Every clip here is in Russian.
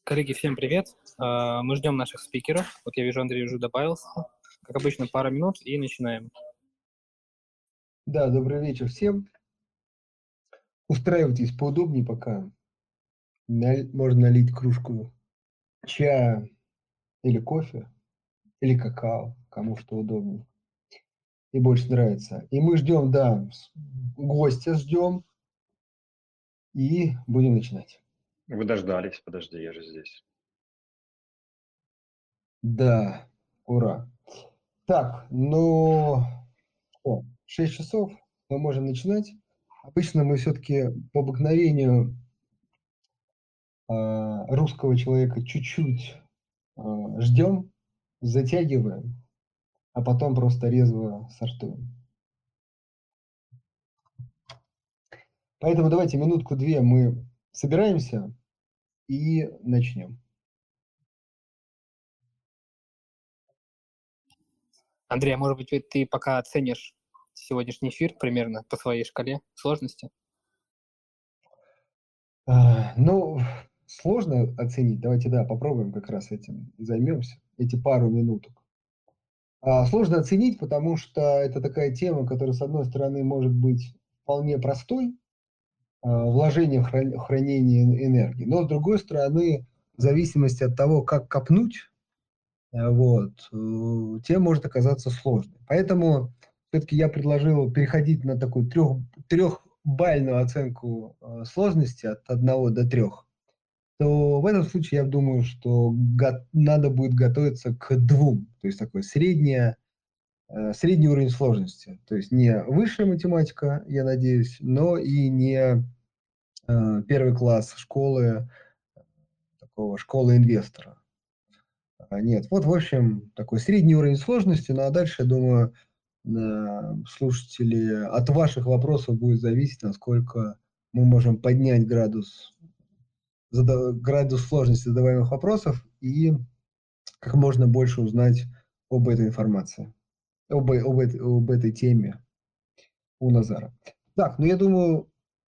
Коллеги, всем привет. Мы ждем наших спикеров. Вот я вижу, Андрей уже добавился. Как обычно, пара минут и начинаем. Да, добрый вечер всем. Устраивайтесь поудобнее пока. Можно налить кружку чая или кофе, или какао, кому что удобнее и больше нравится. И мы ждем, да, гостя ждем и будем начинать. Вы дождались, подожди, я же здесь. Да, ура. Так, ну, 6 часов, мы можем начинать. Обычно мы все-таки по обыкновению русского человека чуть-чуть ждем, затягиваем, а потом просто резво сортуем. Поэтому давайте минутку-две мы собираемся и начнем. Андрей, а может быть, ты пока оценишь сегодняшний эфир примерно по своей шкале сложности? Ну, сложно оценить. Давайте, да, попробуем как раз этим и займемся, эти пару минуток. Сложно оценить, потому что это такая тема, которая, с одной стороны, может быть вполне простой, вложение в хранение энергии, но, с другой стороны, в зависимости от того, как копнуть, тема может оказаться сложной. Поэтому все-таки я предложил переходить на такую трехбальную оценку сложности от 1 до 3. То в этом случае я думаю, что надо будет готовиться к 2. То есть такой средний уровень сложности. То есть не высшая математика, я надеюсь, но и не первый класс школы, такого школы инвестора. Нет, вот, в общем, такой средний уровень сложности, ну а дальше, я думаю, слушатели, от ваших вопросов будет зависеть, насколько мы можем поднять градус сложности задаваемых вопросов и как можно больше узнать об этой информации, об этой теме у Назара. Так, ну я думаю,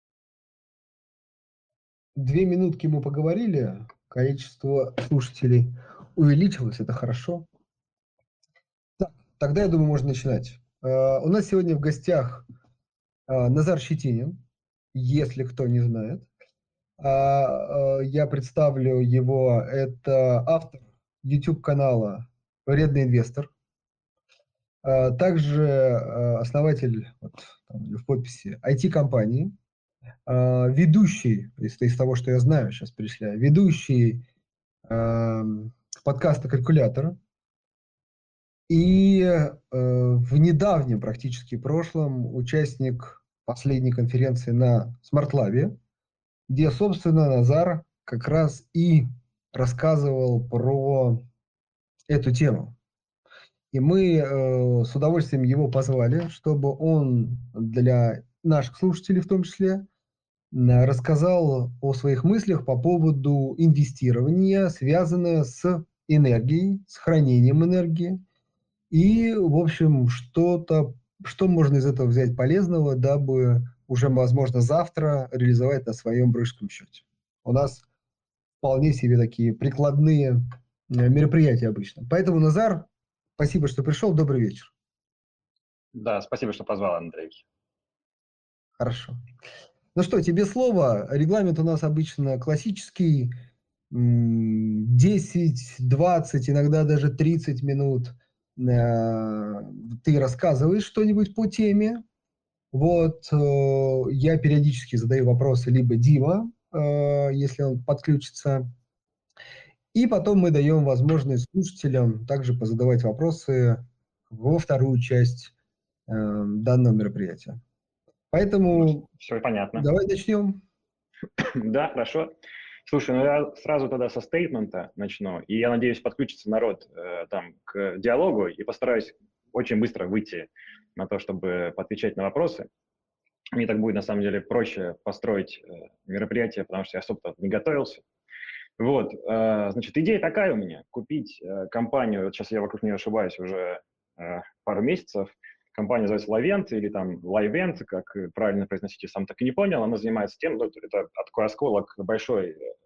2 минутки мы поговорили, количество слушателей увеличилось, это хорошо. Так, тогда, я думаю, можно начинать. У нас сегодня в гостях Назар Щетинин, если кто не знает. Я представлю его. Это автор YouTube-канала «Вредный инвестор». Также основатель, вот, там, в подписи, IT-компании. Ведущий, из того, что я знаю, сейчас перечисляю, ведущий подкаста «Калькулятор». И в недавнем практически прошлом участник последней конференции на SmartLab, где, собственно, Назар как раз и рассказывал про эту тему. И мы с удовольствием его позвали, чтобы он для наших слушателей в том числе рассказал о своих мыслях по поводу инвестирования, связанного с энергией, с хранением энергии. И, в общем, что можно из этого взять полезного, дабы уже, возможно, завтра реализовать на своем брокерском счете. У нас вполне себе такие прикладные мероприятия обычно. Поэтому, Назар, спасибо, что пришел. Добрый вечер. Да, спасибо, что позвал, Андрей. Хорошо. Ну что, тебе слово. Регламент у нас обычно классический. 10, 20, иногда даже 30 минут ты рассказываешь что-нибудь по теме. Я периодически задаю вопросы либо Дима, если он подключится. И потом мы даем возможность слушателям также позадавать вопросы во вторую часть данного мероприятия. Поэтому Все понятно. давай начнем. Да, хорошо. Слушай, ну я сразу тогда со стейтмента начну, и я надеюсь, подключится народ там к диалогу, и постараюсь очень быстро выйти на то, чтобы поотвечать на вопросы. Мне так будет, на самом деле, проще построить мероприятие, потому что я особо не готовился. Значит, идея такая у меня, купить компанию, вот сейчас я вокруг нее ошибаюсь уже пару месяцев, компания называется Livent или там Livent, как правильно произносить, я сам так и не понял, она занимается тем, это такой осколок большой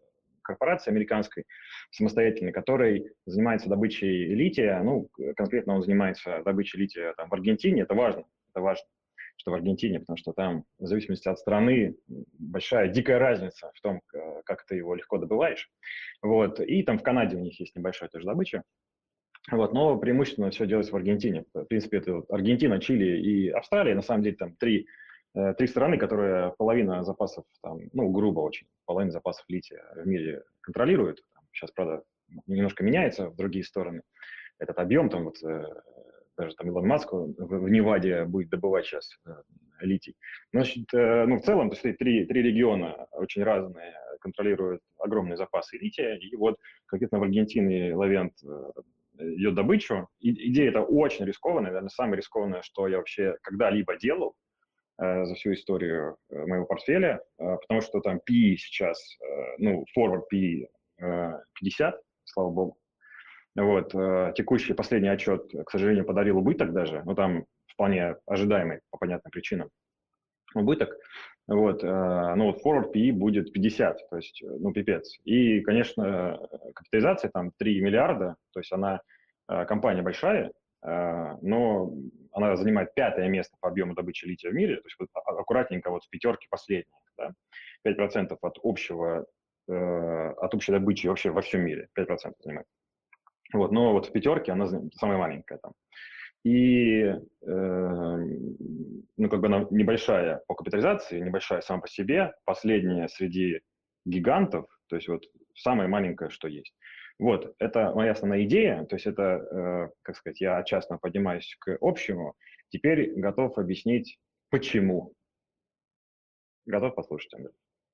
корпорации американской самостоятельной, которой занимается добычей лития. Ну, конкретно он занимается добычей лития там, в Аргентине. Это важно, что в Аргентине, потому что там, в зависимости от страны, большая дикая разница в том, как ты его легко добываешь. Вот. И там в Канаде у них есть небольшая тоже добыча. Вот, но преимущественно все делается в Аргентине. В принципе, это вот Аргентина, Чили и Австралия. На самом деле там три страны, которые половина запасов, там, ну, грубо очень, половина запасов лития в мире контролируют. Сейчас, правда, немножко меняется в другие стороны этот объем. Там вот даже там Илон Маск в Неваде будет добывать сейчас литий. Значит, ну, в целом, то есть три региона очень разные, контролируют огромные запасы лития. И вот конкретно в Аргентине Лавент идет добычу. Идея это очень рискованная, наверное, самое рискованное, что я вообще когда-либо делал за всю историю моего портфеля, потому что там PE сейчас, ну, forward PE 50, слава богу. Вот, текущий последний отчет, к сожалению, подарил убыток даже, но там вполне ожидаемый по понятным причинам убыток. Вот, ну вот forward PE будет 50, то есть, ну, пипец. И, конечно, капитализация там 3 миллиарда, то есть она, компания большая, но она занимает 5-е место по объему добычи лития в мире, то есть вот аккуратненько вот в пятерке последних, да, 5% от общей добычи вообще во всем мире, 5% занимает. Вот, но вот в пятерке она самая маленькая там. И, ну, как бы она небольшая по капитализации, небольшая сама по себе, последняя среди гигантов, то есть вот самая маленькая, что есть. Вот, это моя основная идея, то есть это, как сказать, я часто поднимаюсь к общему, теперь готов объяснить, почему. Готов послушать, Андрей?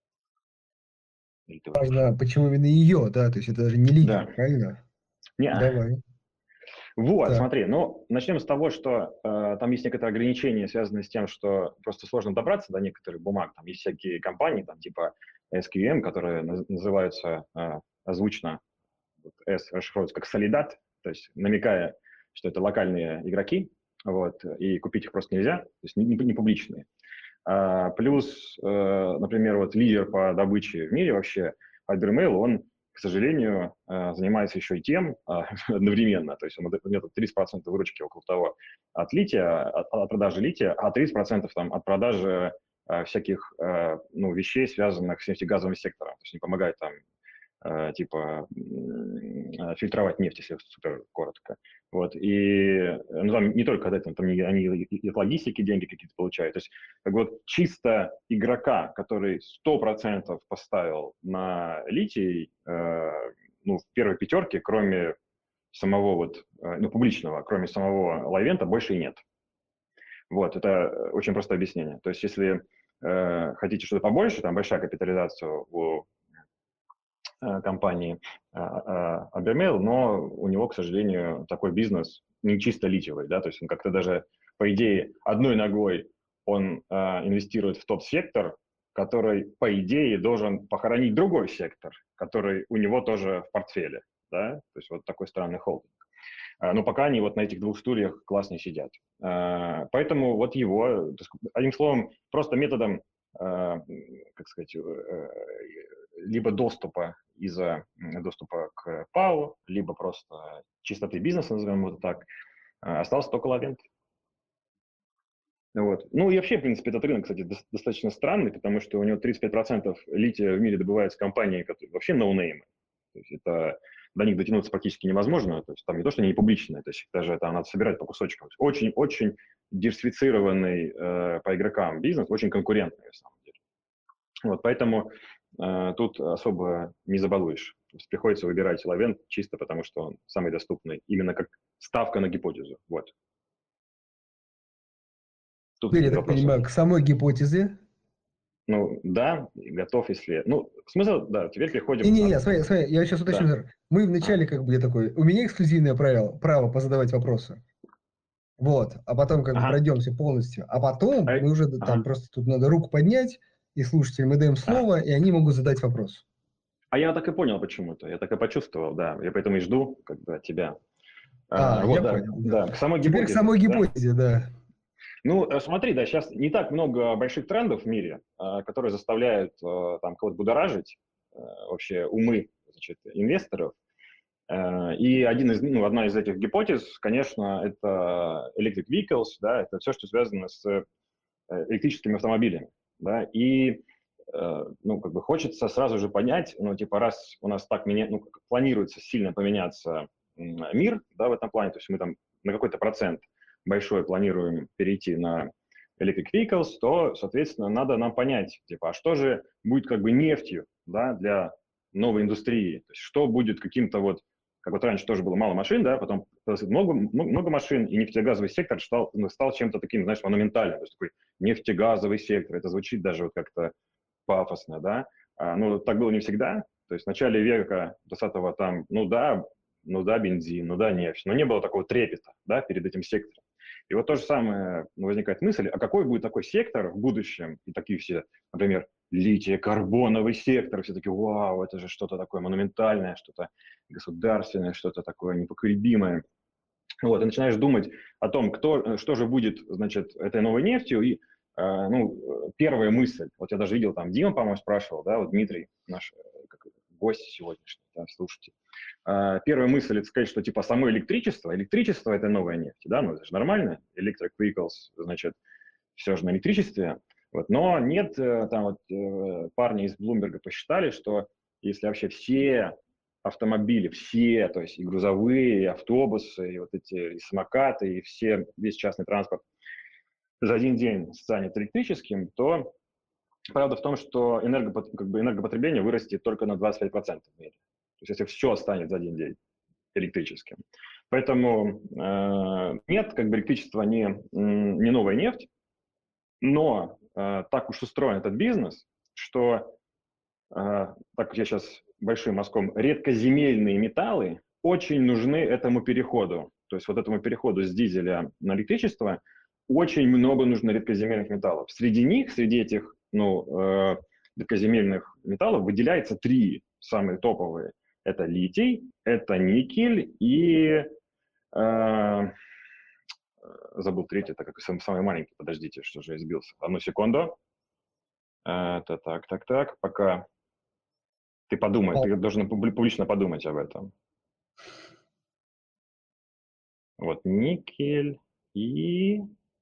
Важно, почему именно ее, да, то есть это даже не лидер, Да. правильно? Не. Давай. Вот, Так. смотри, ну, начнем с того, что там есть некоторые ограничения, связанные с тем, что просто сложно добраться до некоторых бумаг. Там есть всякие компании, там типа SQM, которые называются озвучно, вот, S расшифровывается как Солидат, то есть намекая, что это локальные игроки, вот, и купить их просто нельзя, то есть не публичные. Плюс, например, вот лидер по добыче в мире вообще, Ibermail, он, к сожалению, занимается еще и тем одновременно, то есть он где-то 30% выручки около того от лития, от продажи лития, а 30% там от продажи всяких ну, вещей, связанных с нефтегазовым сектором. То есть он помогает там типа фильтровать нефть, если супер коротко. Вот. И ну, там не только от этого, там они и от логистики деньги какие-то получают. То есть как вот чисто игрока, который 100% поставил на литий, ну, в первой пятерке, кроме самого вот, ну, публичного, кроме самого Лавента, больше и нет. Вот, это очень простое объяснение. То есть если хотите что-то побольше, там большая капитализация у компании Ibermail, но у него, к сожалению, такой бизнес не чисто литиевый, да, то есть он как-то даже, по идее, одной ногой он инвестирует в тот сектор, который, по идее, должен похоронить другой сектор, который у него тоже в портфеле, да, то есть вот такой странный холдинг. Но пока они вот на этих двух стульях классно сидят. Поэтому вот его, одним словом, просто методом, как сказать, либо доступа из-за доступа к ПАО, либо просто чистоты бизнеса, назовем это так, остался только Лавент. Вот. Ну и вообще, в принципе, этот рынок, кстати, достаточно странный, потому что у него 35% лития в мире добывается компании, которые вообще ноунеймы. То есть это до них дотянуться практически невозможно. То есть там не то, что они не публичные, то есть даже там надо собирать по кусочкам. Очень-очень диверсифицированный по игрокам бизнес, очень конкурентный на самом деле. Вот, поэтому тут особо не забалуешь. Приходится выбирать Лавент чисто потому, что он самый доступный, именно как ставка на гипотезу. Вот. Тут Теперь, я так вопросы. понимаю, к самой гипотезе. Ну, да, готов, если... Ну, смысл, да, теперь переходим... Не-не-не, смотри, я сейчас уточню. Да. Мы вначале как бы я такой, у меня эксклюзивное право позадавать вопросы. Вот, а потом как бы пройдемся полностью. А потом мы уже там просто тут надо руку поднять, и слушателям мы даем слово, и они могут задать вопрос. А я так и понял почему-то, я так и почувствовал, да. Я поэтому и жду, когда тебя... Вот, я понял. Да, к самой теперь гипотезе. К самой гипотезе, да. Ну, смотри, да, сейчас не так много больших трендов в мире, которые заставляют там кого-то будоражить. вообще умы, значит, инвесторов. И одна из этих гипотез, конечно, это electric vehicles, да, это все, что связано с электрическими автомобилями, да, и ну, как бы хочется сразу же понять, ну, типа, раз у нас так планируется сильно поменяться мир, да, в этом плане, то есть мы там на какой-то процент большой планируем перейти на electric vehicles, то, соответственно, надо нам понять, типа, а что же будет как бы нефтью, да, для новой индустрии, то есть что будет каким-то вот, как вот раньше тоже было мало машин, да, потом много машин, и нефтегазовый сектор стал чем-то таким, знаешь, монументальным, то есть такой нефтегазовый сектор, это звучит даже вот как-то пафосно, да, ну, так было не всегда, то есть в начале века 20-го там, ну да, бензин, ну да, нефть, но не было такого трепета, да, перед этим сектором. И вот то же самое возникает мысль, а какой будет такой сектор в будущем, и такие все, например, литий-карбоновый сектор, все такие, вау, это же что-то такое монументальное, что-то государственное, что-то такое непоколебимое. Вот, и начинаешь думать о том, что же будет, значит, этой новой нефтью, и, ну, первая мысль, вот я даже видел, там, Дима, по-моему, спрашивал, да, вот Дмитрий, наш гость сегодняшний, да, слушайте. Первая мысль, это сказать, что, типа, само электричество – это новая нефть, да, ну, это же нормально, electric vehicles, значит, все же на электричестве, вот, но нет, там вот парни из Bloomberg посчитали, что если вообще все автомобили, все, то есть и грузовые, и автобусы, и вот эти и самокаты, и весь частный транспорт за один день станет электрическим, то правда в том, что энергопотребление вырастет только на 25% в мире. То есть если все станет за один день электрическим. Поэтому нет, как бы электричество не новая нефть, но так уж устроен этот бизнес, что, так как я сейчас большим мазком, редкоземельные металлы очень нужны этому переходу. То есть вот этому переходу с дизеля на электричество очень много нужно редкоземельных металлов. Среди этих редкоземельных металлов выделяется 3 самые топовые. Это литий, это никель и забыл третий, это как самый маленький. Подождите, что же я сбился. Одну секунду. Это так. Пока ты подумай, ты должен публично подумать об этом. Вот никель и...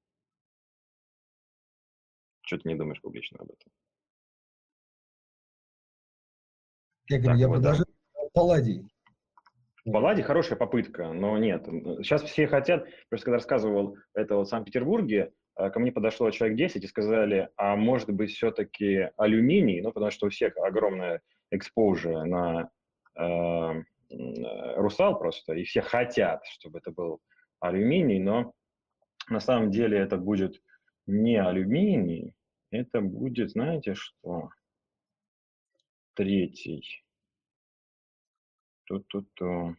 Что ты не думаешь публично об этом? Я говорю, Так, я вот, бы да. даже палладий. Палладий хорошая попытка, но нет. Сейчас все хотят, просто когда рассказывал это вот в Санкт-Петербурге, ко мне подошло человек 10 и сказали, а может быть все-таки алюминий, ну потому что у всех огромная exposure на русал просто, и все хотят, чтобы это был алюминий, но на самом деле это будет не алюминий, это будет, знаете что, третий. Ту-ту-ту.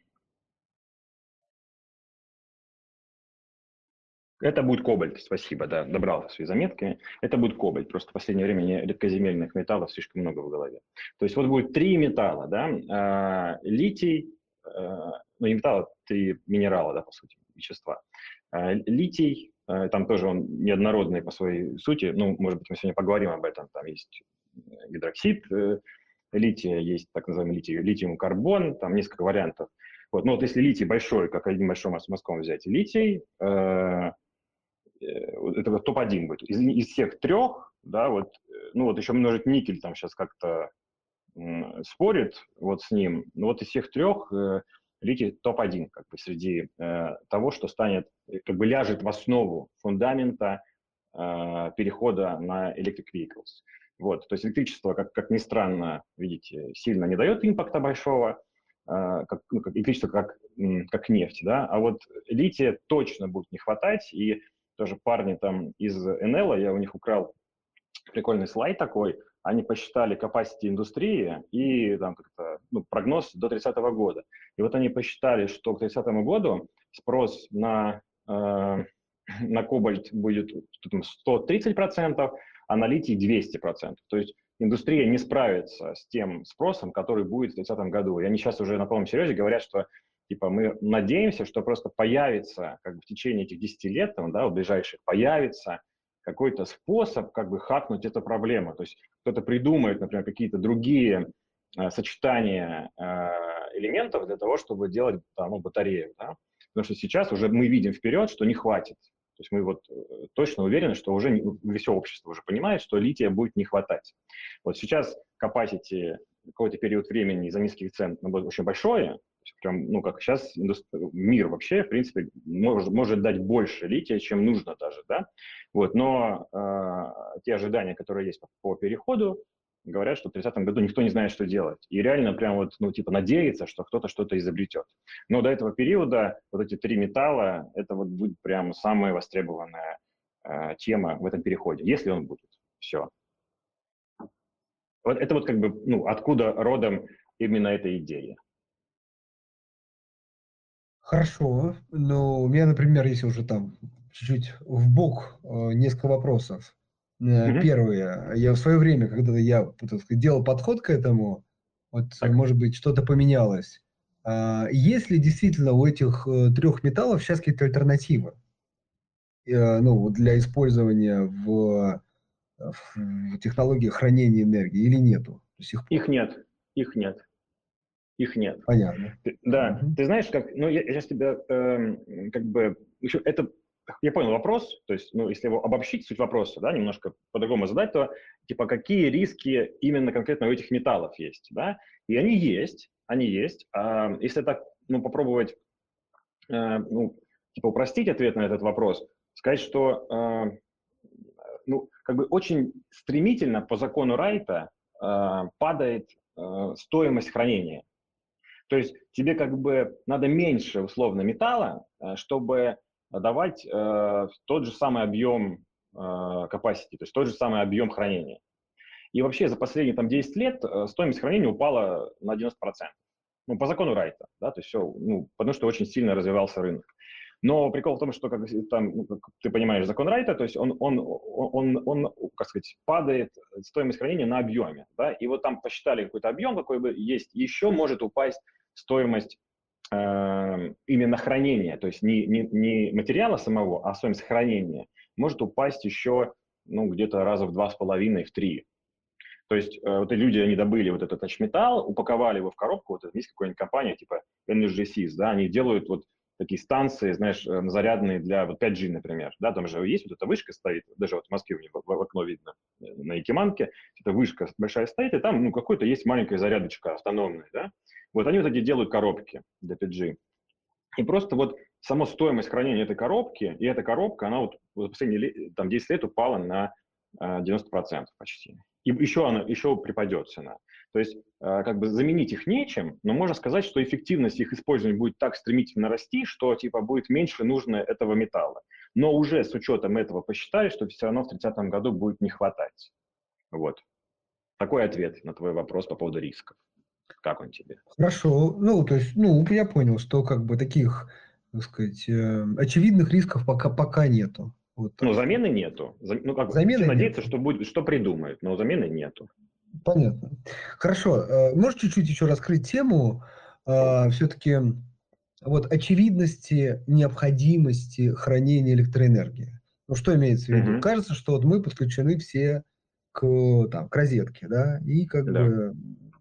Это будет кобальт, спасибо, да, добрался в свои заметки. Это будет кобальт, просто в последнее время редкоземельных металлов слишком много в голове. То есть вот будет 3 металла, да, литий, ну не металла, 3 минерала, да, по сути, вещества. Литий, там тоже он неоднородный по своей сути, ну, может быть, мы сегодня поговорим об этом, там есть гидроксид лития, есть так называемый литиум-карбон, там несколько вариантов. Вот, ну вот если литий большой, как один большой мазком взять, литий, это вот топ-1 будет. Из всех 3, да, вот, ну вот еще множить никель там сейчас как-то спорит вот с ним, но вот из всех 3 литий топ-1 как бы среди того, что станет, как бы ляжет в основу фундамента перехода на electric vehicles. Вот, то есть электричество, как ни странно, видите, сильно не дает импакта большого, как электричество как нефть, да, а вот лития точно будет не хватать, и тоже парни там из НЛ, я у них украл прикольный слайд такой, они посчитали capacity индустрии и там как-то, ну, прогноз до 30-го года. И вот они посчитали, что к 30-му году спрос на кобальт будет 130%, а на литий 200%. То есть индустрия не справится с тем спросом, который будет в 30-м году. И они сейчас уже на полном серьезе говорят, что типа мы надеемся, что просто появится как бы в течение этих 10 лет, там, да, в ближайших, появится какой-то способ как бы хакнуть эту проблему. То есть кто-то придумает, например, какие-то другие сочетание элементов для того, чтобы делать там, ну, батарею. Да? Потому что сейчас уже мы видим вперед, что не хватит. То есть мы вот точно уверены, что уже все общество уже понимает, что лития будет не хватать. Вот сейчас capacity какой-то период времени из-за низких цен будет очень большое. Прям, ну, как сейчас мир вообще, в принципе, может дать больше лития, чем нужно даже, да? Вот, но те ожидания, которые есть по переходу, говорят, что в 30-м году никто не знает, что делать. И реально прям вот, ну, типа, надеется, что кто-то что-то изобретет. Но до этого периода вот эти 3 металла, это вот будет прям самая востребованная тема в этом переходе, если он будет. Все. Вот это вот как бы, ну, откуда родом именно эта идея. Хорошо, но у меня, например, если уже там чуть-чуть вбок несколько вопросов. Мгм. Первое, я в свое время, когда я, так сказать, делал подход к этому, вот, Так. может быть, что-то поменялось. Есть ли действительно у этих 3 металлов сейчас какие-то альтернативы, ну, вот для использования в технологии хранения энергии или нету до сих пор? Их нет, их нет, их нет. Понятно. Да, Мгм. ты знаешь, как, ну, я сейчас тебя как бы, еще это, я понял вопрос, то есть, ну, если его обобщить, суть вопроса, да, немножко по-другому задать, то, типа, какие риски именно конкретно у этих металлов есть, да, и они есть, они есть. Если так, ну, попробовать, ну, типа, упростить ответ на этот вопрос, сказать, что, ну, как бы очень стремительно по закону Райта падает стоимость хранения. То есть тебе как бы надо меньше условно металла, чтобы давать тот же самый объем capacity, то есть тот же самый объем хранения. И вообще за последние там 10 лет стоимость хранения упала на 90%. Ну, по закону Райта, да, то есть все, ну, потому что очень сильно развивался рынок. Но прикол в том, что, как, там, ну, как ты понимаешь, закон Райта, то есть он, как сказать, падает стоимость хранения на объеме, да, и вот там посчитали какой-то объем, какой бы есть, еще может упасть стоимость именно хранения, то есть не материала самого, а стоимость хранения может упасть еще, ну, где-то раза в 2,5, в 3. То есть вот эти люди, они добыли вот этот тачметалл, упаковали его в коробку, вот есть какая-нибудь компания типа Energysys, да, они делают вот такие станции, знаешь, зарядные для вот 5G, например, да, там же есть вот эта вышка стоит, даже вот в Москве у них в окно видно, на Якиманке, эта вышка большая стоит, и там, ну, какой-то есть маленькая зарядочка автономная, да, вот они вот эти делают коробки для 5G. И просто вот сама стоимость хранения этой коробки, и эта коробка, она вот за последние там, 10 лет упала на 90% почти. И еще припадет цена. То есть как бы заменить их нечем, но можно сказать, что эффективность их использования будет так стремительно расти, что типа будет меньше нужно этого металла. Но уже с учетом этого посчитали, что все равно в 30-м году будет не хватать. Вот. Такой ответ на твой вопрос по поводу рисков. Как он тебе? Хорошо. Ну, то есть, ну, я понял, что как бы таких, так сказать, очевидных рисков пока нету. Вот Ну, так сказать. замены нету. Ну, как бы, все Замены надеются, нету. что будет, что придумают, но замены нету. Понятно. Хорошо. Можешь чуть-чуть еще раскрыть тему все-таки вот очевидности необходимости хранения электроэнергии? Ну, что имеется в виду? Мгм. Кажется, что вот мы подключены все к розетке, да, и как Да. бы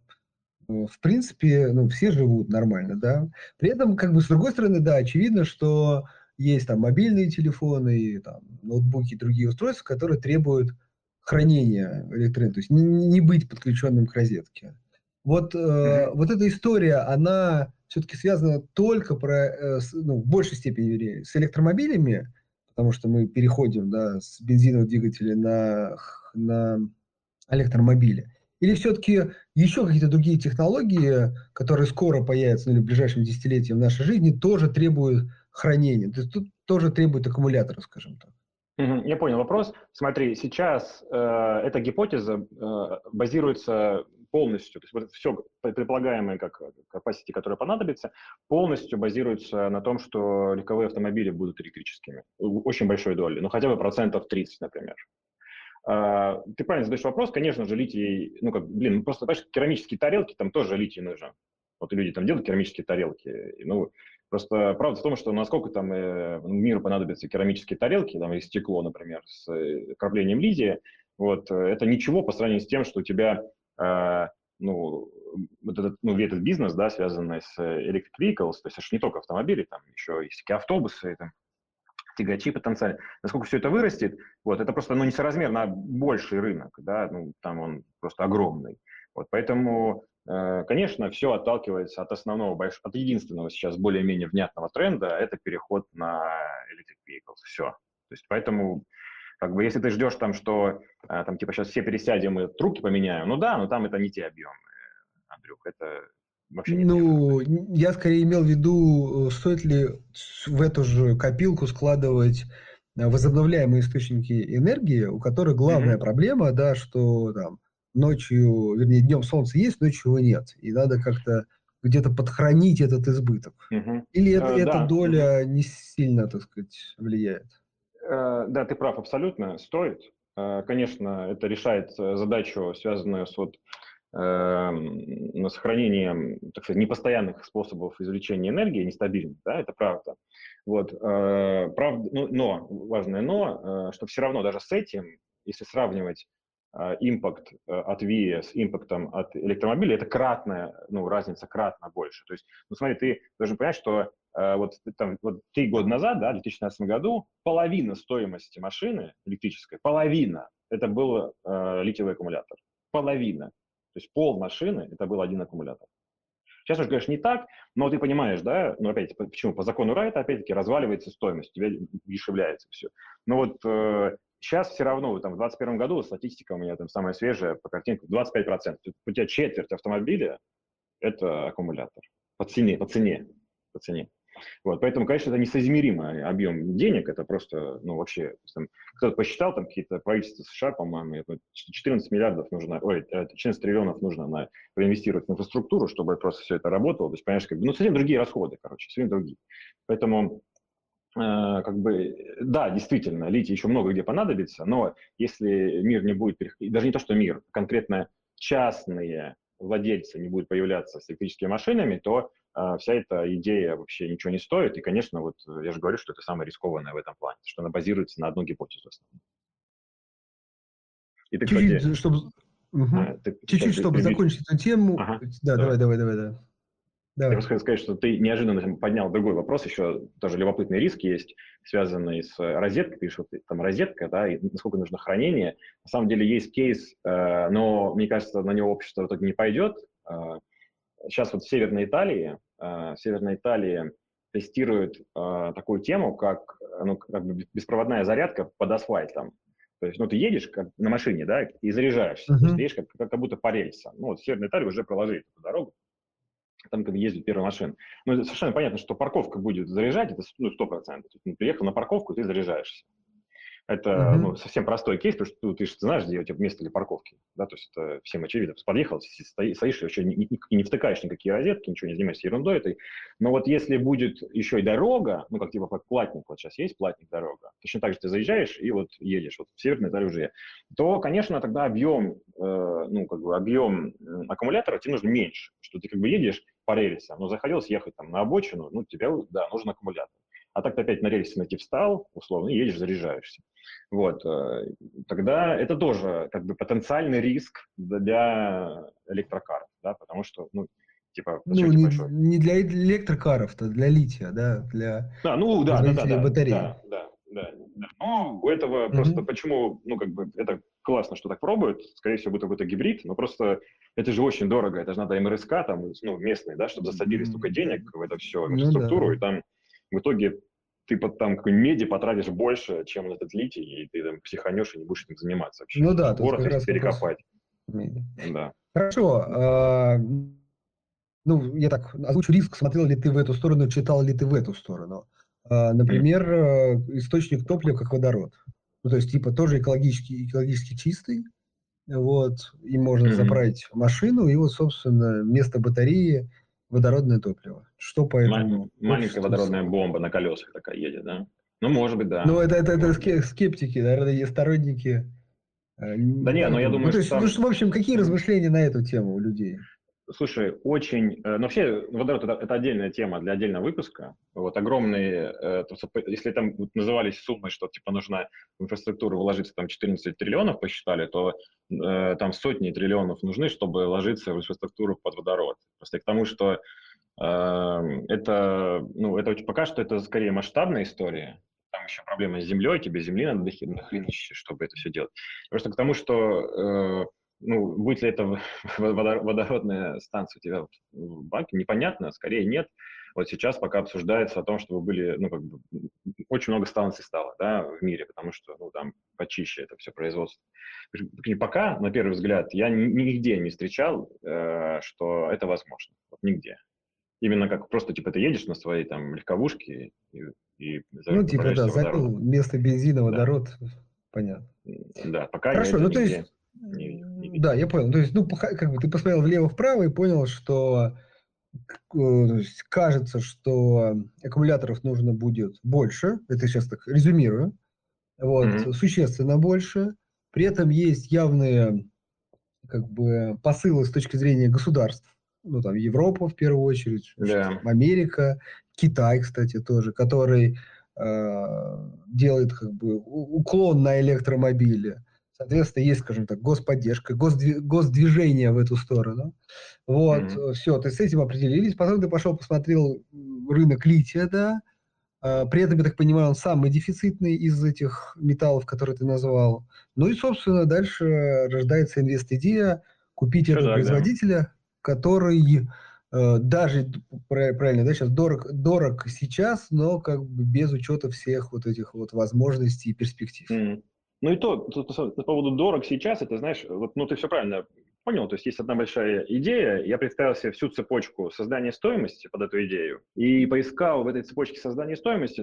в принципе, ну, все живут нормально, да. При этом, как бы, с другой стороны, да, очевидно, что есть там мобильные телефоны, там, ноутбуки и другие устройства, которые требуют хранения электроэнергии, то есть не быть подключенным к розетке. Вот, Мгм. вот эта история, она все-таки связана только ну, в большей степени, вернее, с электромобилями, потому что мы переходим, да, с бензиновых двигателей на электромобили. Или все-таки еще какие-то другие технологии, которые скоро появятся, ну, или в ближайшем десятилетии в нашей жизни, тоже требуют хранения. То есть тут тоже требуют аккумулятора, скажем так. Мгм. Я понял вопрос. Смотри, сейчас эта гипотеза базируется полностью, то есть вот все предполагаемое как capacity, которое понадобится, полностью базируется на том, что легковые автомобили будут электрическими. Очень большой долей, ну хотя бы процентов 30, например. Ты правильно задаешь вопрос, конечно же, литий, ну как, блин, ну просто, понимаешь, керамические тарелки, там тоже литий нужен. Вот люди там делают керамические тарелки, ну, просто правда в том, что насколько там миру понадобятся керамические тарелки, там, или стекло, например, с краплением лития, вот, это ничего по сравнению с тем, что у тебя, ну, вот этот, ну, весь этот бизнес, да, связанный с electric vehicles, то есть это же не только автомобили, там еще есть всякие автобусы, там, тягачи потенциально. Насколько все это вырастет, вот, это просто, ну, несоразмерно больший рынок, да, ну, там он просто огромный. Вот, поэтому, конечно, все отталкивается от основного, от единственного сейчас более-менее внятного тренда, это переход на electric vehicles, все. То есть, поэтому, как бы, если ты ждешь там, что, там, типа, сейчас все пересядем и трубки поменяем, ну да, но там это не те объемы, Андрюх, это вообще не те. Ну, я скорее имел в виду, стоит ли в эту же копилку складывать возобновляемые источники энергии, у которых главная проблема, да, что там ночью, вернее, днем солнце есть, ночью его нет. И надо как-то где-то подхранить этот избыток. Или эта Да. доля не сильно, так сказать, влияет? Да, ты прав абсолютно, стоит. Конечно, это решает задачу, связанную с вот сохранением, так сказать, непостоянных способов извлечения энергии, нестабильных, да, это правда. Вот, правда, ну, но, важное но, что все равно даже с этим, если сравнивать импакт от VIA с импактом от электромобиля, это кратная, ну, разница кратно больше. То есть, ну, смотри, ты должен понять, что вот 3 года назад, да, в 2016 году, половина стоимости машины электрической, половина, это был литиевый аккумулятор. Половина. То есть пол машины это был один аккумулятор. Сейчас уже, конечно, не так, но ты понимаешь, да, ну опять, почему? По закону Райта, опять-таки, разваливается стоимость, у тебя дешевляется все. Но вот сейчас все равно, там, в 2021 году, статистика у меня там самая свежая по картинке, 25%. У тебя четверть автомобиля – это аккумулятор. По цене. Вот, поэтому, конечно, это несоизмеримый объем денег, это просто, ну, вообще, там, кто-то посчитал, там, какие-то правительства США, по-моему, 14 миллиардов нужно, 14 триллионов нужно проинвестировать в инфраструктуру, чтобы просто все это работало, то есть, понимаешь, как бы, ну, совсем другие расходы, короче, совсем другие. Поэтому, как бы, да, действительно, литий еще много где понадобится, но если мир не будет, даже не то, что мир, конкретно частные владельцы не будут появляться с электрическими машинами, то вся эта идея вообще ничего не стоит. И, конечно, вот я же говорю, что это самое рискованное в этом плане, что она базируется на одну гипотезу. И ты, Чуть-чуть, кстати, чтобы закончить эту тему. Ага, да, давай. Я бы хотел сказать, что ты неожиданно поднял другой вопрос, еще тоже любопытный риск есть, связанный с розеткой. Ты пишешь, там розетка, да, и насколько нужно хранение. На самом деле есть кейс, но мне кажется, на него общество в итоге не пойдет. Сейчас вот в Северной Италии тестируют такую тему, как, ну, как бы беспроводная зарядка под асфальтом. То есть, ну, ты едешь как на машине, да, и заряжаешься. То есть ты едешь как будто по рельсам. Ну, вот в Северной Италии уже проложили эту дорогу. Там, когда ездят первые машины. Но совершенно понятно, что парковка будет заряжать, это 100%. Ты приехал на парковку, ты заряжаешься. Это ну, совсем простой кейс, потому что ты же знаешь, где у тебя место для парковки. Да? То есть это всем очевидно. Подъехал, стоишь, вообще не втыкаешь никакие розетки, ничего не занимаешься ерундой этой. Но вот если будет еще и дорога, ну, как типа как платник, вот сейчас есть платник дорога, точно так же ты заезжаешь и вот едешь, вот в Северной Италии уже, то, конечно, тогда объем аккумулятора тебе нужно меньше, что ты как бы едешь по рельсам, но захотелось ехать там на обочину, ну, тебе, да, нужен аккумулятор. А так ты опять на рельсы найти встал, условно, и едешь, заряжаешься. Вот. Тогда это тоже как бы потенциальный риск для электрокаров, да, потому что, ну, типа... не для электрокаров, а для лития, да, для производителей батарей. Да. Ну, у этого просто почему, ну, как бы, это классно, что так пробуют, скорее всего, будет какой-то гибрид, но просто это же очень дорого, это же надо МРСК, там, ну, местные, да, чтобы засадили столько денег в это все, в инфраструктуру, и там в итоге ты там какой меди потратишь больше, чем на этот литий, и ты там психанешь и не будешь этим заниматься вообще. Ну да, город весь перекопать. Да. Хорошо. Ну, я так озвучу риск, смотрел ли ты в эту сторону, читал ли ты в эту сторону. Например, источник топлива как водород. Ну, то есть, типа, тоже экологически чистый. Вот, и можно заправить машину, и вот, собственно, вместо батареи водородное топливо. Что по этому? Маленькая водородная бомба на колесах такая едет, да? Ну, может быть, да. Ну, это скептики, наверное, и сторонники. Да нет, но я думаю, что... в общем, какие размышления на эту тему у людей? Слушай, очень... Ну, вообще, водород это отдельная тема для отдельного выпуска. Вот огромные... Если там вот назывались суммы, что типа нужно в инфраструктуру вложиться там 14 триллионов, посчитали, то там сотни триллионов нужны, чтобы вложиться в инфраструктуру под водород. Просто к тому, что пока что это скорее масштабная история. Там еще проблема с землей, тебе земли надо дохренище, чтобы это все делать. Просто к тому, что будет ли это водородная станция у тебя в банке, непонятно, скорее нет. Вот сейчас пока обсуждается о том, чтобы были, очень много станций стало, да, в мире, потому что, там почище это все производство. И пока, на первый взгляд, я нигде не встречал, что это возможно. Вот нигде. Именно как просто, типа, ты едешь на своей там легковушке и Ну, типа, да, заправляешься водородом. залил вместо бензина Да, водород, понятно. да, пока я Хорошо, это ну, то есть, нигде не видел. да, я понял. То есть, как бы ты посмотрел влево-вправо и понял, что то есть кажется, что аккумуляторов нужно будет больше. Это сейчас так резюмирую. Вот, Мгм. существенно больше. При этом есть явные как бы посылы с точки зрения государств. Ну, там, Европа в первую очередь, значит, Да. Америка, Китай, кстати, тоже, который делает как бы уклон на электромобили. Соответственно, есть, скажем так, господдержка, госдвижение в эту сторону. Вот, Мгм. все, ты с этим определились. Потом ты пошел, посмотрел рынок лития, да. При этом, я так понимаю, он самый дефицитный из этих металлов, которые ты назвал. Ну и, собственно, дальше рождается инвест-идея купить Все этого так, да. производителя, который даже, правильно, да, сейчас дорог сейчас, но как бы без учета всех вот этих вот возможностей и перспектив. Мгм. Ну и по поводу дорог сейчас, это, знаешь, вот, ты все правильно понял, то есть есть одна большая идея, я представил себе всю цепочку создания стоимости под эту идею и поискал в этой цепочке создания стоимости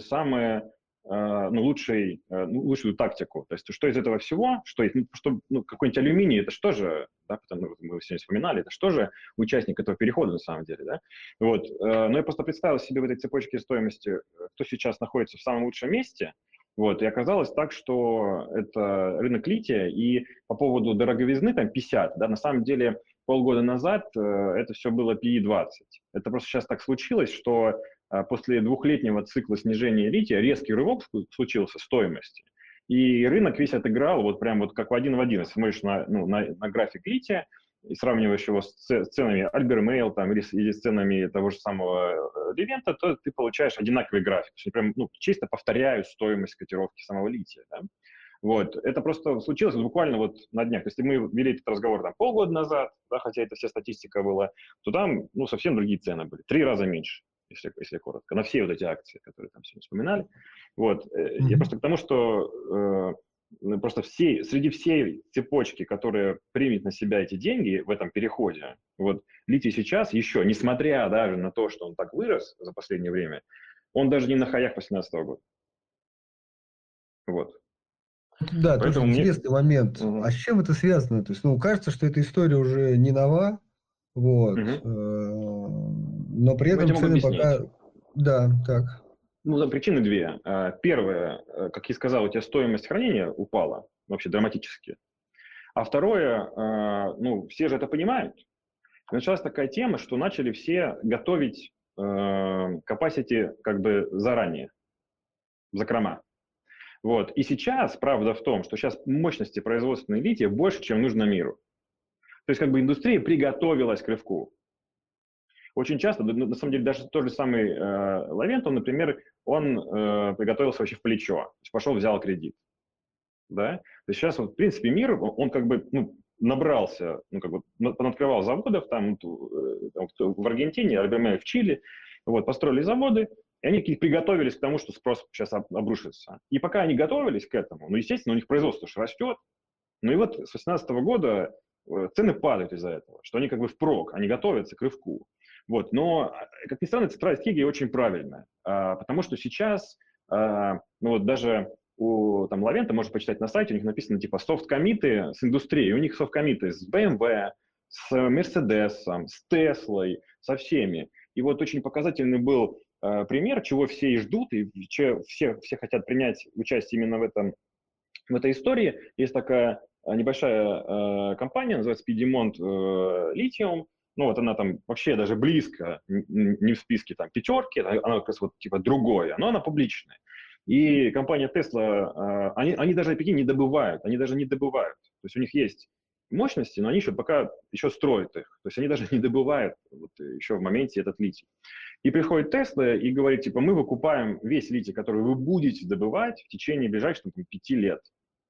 лучшую тактику. То есть что из этого всего, какой-нибудь алюминий, это что же, да, потому мы сегодня вспоминали, это что же участник этого перехода на самом деле, да? Вот, но я просто представил себе в этой цепочке стоимости, кто сейчас находится в самом лучшем месте. Вот, и оказалось так, что это рынок лития, и по поводу дороговизны, там, 50, да, на самом деле полгода назад это все было PE 20. Это просто сейчас так случилось, что после двухлетнего цикла снижения лития резкий рывок случился стоимости, и рынок весь отыграл вот прям вот как в один. Если смотришь на график лития, и сравниваешь его с ценами Альбермейл там, или с ценами того же самого Ливента, то ты получаешь одинаковый график. То есть они прям чисто повторяют стоимость котировки самого лития. Да? Вот. Это просто случилось буквально вот на днях. Если мы вели этот разговор там полгода назад, да, хотя это вся статистика была, то там совсем другие цены были. 3 раза меньше, если коротко, на все вот эти акции, которые там сегодня вспоминали. Вот. Я просто к тому, что просто среди всей цепочки, которая примет на себя эти деньги в этом переходе, вот литий сейчас еще, несмотря даже на то, что он так вырос за последнее время, он даже не на хаях 2018 года. Вот. Да, тоже Поэтому интересный момент. А Мгм. с чем это связано? То есть, кажется, что эта история уже не нова, вот, Мгм. но при Я тебе этом могу цены объяснить. пока... Да, так. Там причины две. Первое, как я сказал, у тебя стоимость хранения упала вообще драматически. А второе, все же это понимают. Началась такая тема, что начали все готовить capacity как бы заранее, в закрома. Вот. И сейчас правда в том, что сейчас мощности производственной лития больше, чем нужно миру. То есть как бы индустрия приготовилась к рывку. Очень часто, на самом деле, даже тот же самый Лавент, он, например, он приготовился вообще в плечо. То есть пошел, взял кредит. Да? То есть сейчас, вот, в принципе, мир, он как бы набрался, открывал заводов там в Аргентине, РБМ в Чили, вот, построили заводы, и они приготовились к тому, что спрос сейчас обрушится. И пока они готовились к этому, естественно, у них производство же растет, и вот с 2018 года цены падают из-за этого, что они как бы впрок, они готовятся к рывку. Вот. Но, как ни странно, эта стратегия очень правильная, потому что сейчас, даже у Лавента, можно почитать на сайте, у них написано типа софт-коммиты с индустрией, у них софт-коммиты с BMW, с Mercedes, с Tesla, со всеми. И вот очень показательный был пример, чего все и ждут, и все хотят принять участие именно в этой истории. Есть такая небольшая компания, называется Piedmont Lithium. ну вот она там вообще даже близко не в списке там пятерки, она как раз вот типа другое, но она публичная. И компания Tesla, они даже, прикинь, не добывают, они даже не добывают. То есть у них есть мощности, но они еще пока еще строят их. То есть они даже не добывают вот еще в моменте этот литий. И приходит Tesla и говорит, типа, мы выкупаем весь литий, который вы будете добывать в течение ближайших там, 5 лет.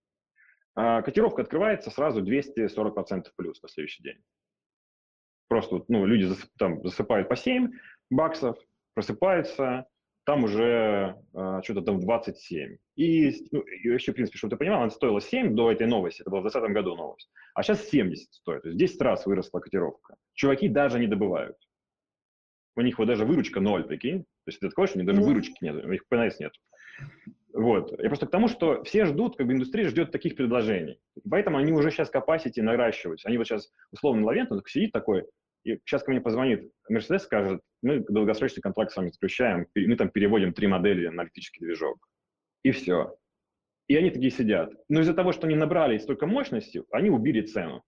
А котировка открывается сразу 240% плюс на следующий день. Просто ну, люди там засыпают по 7 баксов, просыпаются, там уже что-то там 27. И вообще, в принципе, чтобы ты понимал, она стоила 7 до этой новости, это была в 2020 году новость, а сейчас 70 стоит, то есть 10 раз выросла котировка. Чуваки даже не добывают. У них вот даже выручка 0, прикинь. То есть ты откроешь, у них даже выручки нет, у них ПНС нет. Вот. Я просто к тому, что все ждут, как бы индустрия ждет таких предложений. Поэтому они уже сейчас capacity наращиваются. Они вот сейчас, условно, Лавент, он сидит такой, и сейчас ко мне позвонит Мерседес, скажет, мы долгосрочный контракт с вами заключаем, мы там переводим 3 модели на электрический движок. И все. И они такие сидят. Но из-за того, что они набрали столько мощности, они убили цену.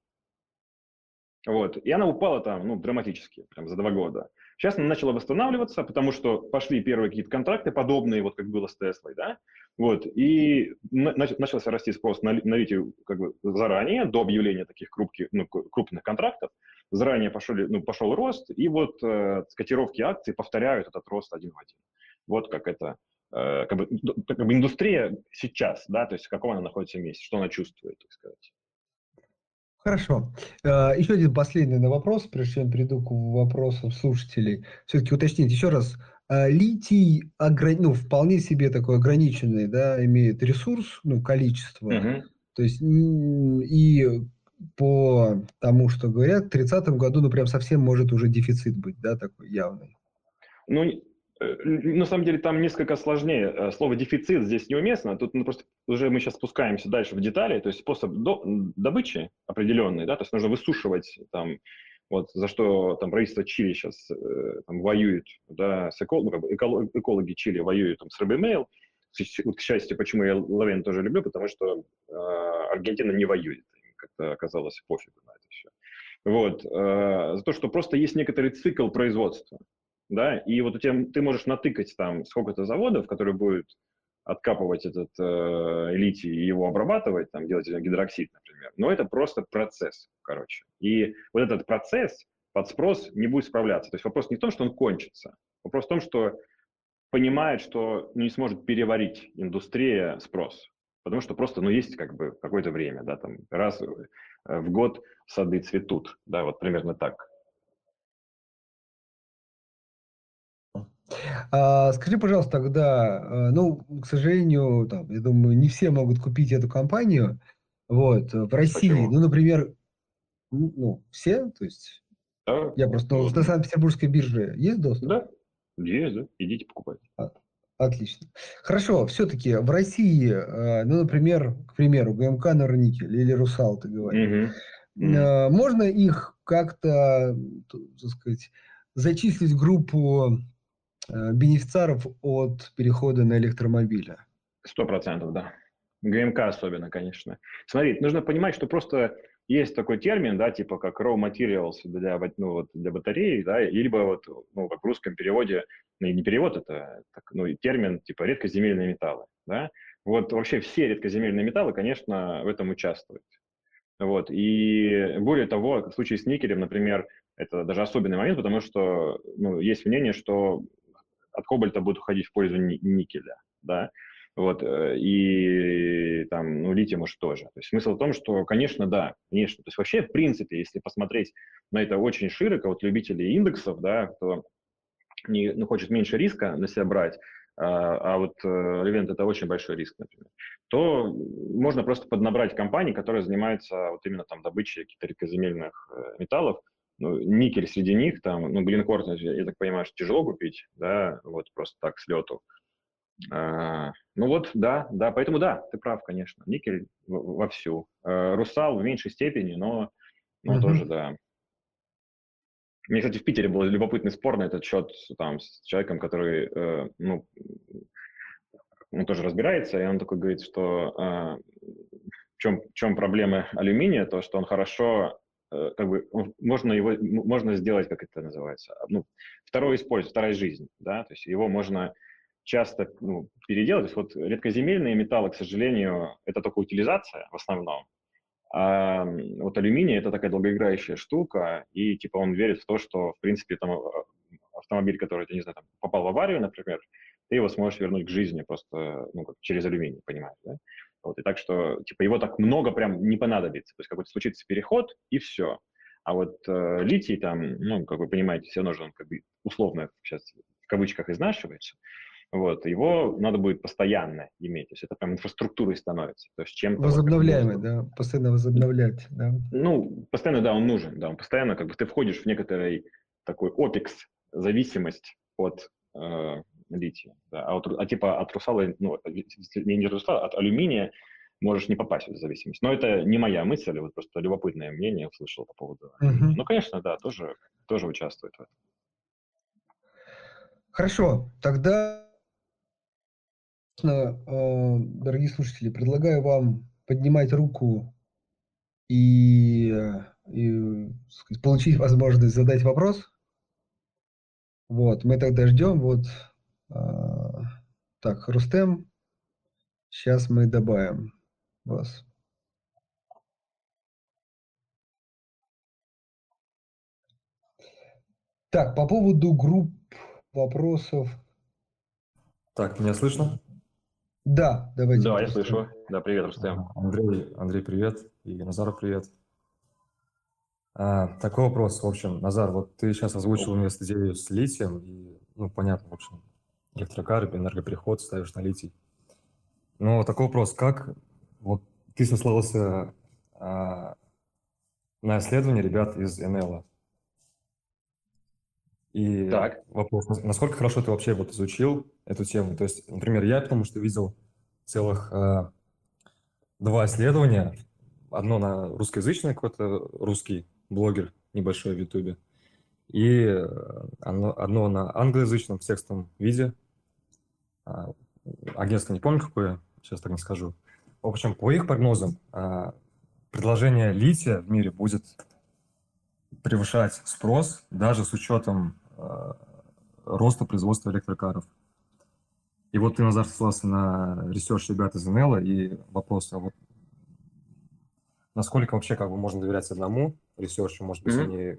Вот. И она упала там, ну, драматически, прям за 2 года. Сейчас она начала восстанавливаться, потому что пошли первые какие-то контракты, подобные, вот как было с Теслой, да, вот, и начался расти спрос на литий как бы заранее, до объявления таких крупных контрактов, заранее пошел рост, и вот котировки акций повторяют этот рост один в один. Вот как это, как бы индустрия сейчас, да, то есть в каком она находится месте, что она чувствует, так сказать. Хорошо. Еще один последний вопрос, прежде чем перейду к вопросам слушателей. Все-таки уточнить еще раз. Литий вполне себе такой ограниченный, да, имеет ресурс, ну, количество. То есть и по тому, что говорят, к 30-му году, ну, прям совсем может уже дефицит быть, да, такой явный. Ну, на самом деле там несколько сложнее. Слово «дефицит» здесь неуместно. Тут просто уже мы сейчас спускаемся дальше в детали. То есть способ добычи определенный, да, то есть нужно высушивать там, вот за что там правительство Чили сейчас там, воюет, да, с экологи Чили воюют там, с РБМейл. Вот, к счастью, почему я Лавен тоже люблю, потому что Аргентина не воюет. Как-то оказалось пофигу на это все. Вот. За то, что просто есть некоторый цикл производства. Да, и вот у тебя, ты можешь натыкать там сколько-то заводов, которые будут откапывать этот литий и его обрабатывать, там делать гидроксид, например. Но это просто процесс, короче. И вот этот процесс под спрос не будет справляться. То есть вопрос не в том, что он кончится. Вопрос в том, что понимает, что не сможет переварить индустрия спрос. Потому что просто, ну, есть как бы какое-то время, да, там раз в год сады цветут, да, вот примерно так. Скажи, пожалуйста, тогда, ну, к сожалению, там, я думаю, не все могут купить эту компанию. Вот, в России, Почему? ну, например, ну, все, то есть Да, я просто, ну, на Санкт-Петербургской бирже есть доступ? да, есть, да, идите покупайте. Отлично. Хорошо, все-таки в России, ну, например, к примеру, ГМК Норникель или Русал, ты говоришь, можно их как-то, так сказать, зачислить в группу бенефициаров от перехода на электромобили? 100%, да. ГМК особенно, конечно. Смотри, нужно понимать, что просто есть такой термин, да, типа как raw materials для, ну, вот, для батареи, да, либо вот, ну, как в русском переводе, ну, и не перевод, это так, ну, и термин типа редкоземельные металлы, да. Вот вообще все редкоземельные металлы, конечно, в этом участвуют. Вот. И более того, в случае с никелем, например, это даже особенный момент, потому что, ну, есть мнение, что от кобальта будет уходить в пользу никеля, да, вот, и там, ну, литий, может, тоже. То есть смысл в том, что, конечно, да, конечно, то есть вообще, в принципе, если посмотреть на это очень широко, вот любители индексов, да, кто не, ну, хочет меньше риска на себя брать, а вот Ревент это очень большой риск, например, то можно просто поднабрать компании, которые занимаются вот именно там добычей каких-то редкоземельных металлов. Ну, никель среди них, там, ну, Глинкор, я так понимаю, что тяжело купить, да, вот просто так с лету. Ну вот, да, поэтому да, ты прав, конечно, никель вовсю. Русал в меньшей степени, но тоже, да. Мне, кстати, в Питере был любопытный спор на этот счет там, с человеком, который, ну, он тоже разбирается, и он такой говорит, что в чем проблема алюминия, то, что он хорошо как бы, можно сделать, как это называется, ну, вторая жизнь, да, то есть его можно часто переделать. То есть вот редкоземельные металлы, к сожалению, это только утилизация в основном. А вот алюминий – это такая долгоиграющая штука, и типа он верит в то, что, в принципе, там автомобиль, который, я не знаю, там, попал в аварию, например, ты его сможешь вернуть к жизни просто как через алюминий, понимаешь, да? Вот, и так что, типа, его так много прям не понадобится. То есть какой-то случится переход, и все. А вот литий там, как вы понимаете, все равно же он как бы условно сейчас в кавычках изнашивается. Вот, его надо будет постоянно иметь, то есть это прям инфраструктурой становится, то есть чем-то вот как бы Возобновляемый, нужно. да, постоянно возобновлять, да. Постоянно, да, он нужен, да, он постоянно, как бы ты входишь в некоторый такой опекс, зависимость от лития, да, типа от русала, не русала, от алюминия можешь не попасть в эту зависимость. Но это не моя мысль, вот просто любопытное мнение услышал по поводу алюминия. Ну, конечно, да, тоже участвует в этом. Хорошо, тогда, дорогие слушатели, предлагаю вам поднимать руку и сказать, получить возможность задать вопрос. Вот, мы тогда ждем. Вот, так, Рустем, сейчас мы добавим вас. Так, по поводу групп вопросов. Так, меня слышно? Да, давайте. Да, я Рустем. слышу. Да, привет, Рустем. Андрей, привет. И Назару привет. Такой вопрос, в общем, Назар, вот ты сейчас озвучил вместо идею с литием, и, понятно, в общем, электрокар, энергопереход ставишь на литий. Но такой вопрос, как вот ты сослался на исследование ребят из НЛ. И Так. вопрос, насколько хорошо ты вообще вот изучил эту тему? То есть, например, я потому что видел целых 2 исследования. Одно на русскоязычный какой-то русский блогер небольшой в Ютубе, и одно на англоязычном в текстовом виде. Агентство не помню какое, сейчас так не скажу. В общем, по их прогнозам, предложение лития в мире будет превышать спрос даже с учетом роста производства электрокаров. И вот ты, Назар, ссылался на ресерч ребят из НЛ, и вопрос, а вот насколько вообще как бы можно доверять одному ресерчу, может быть, они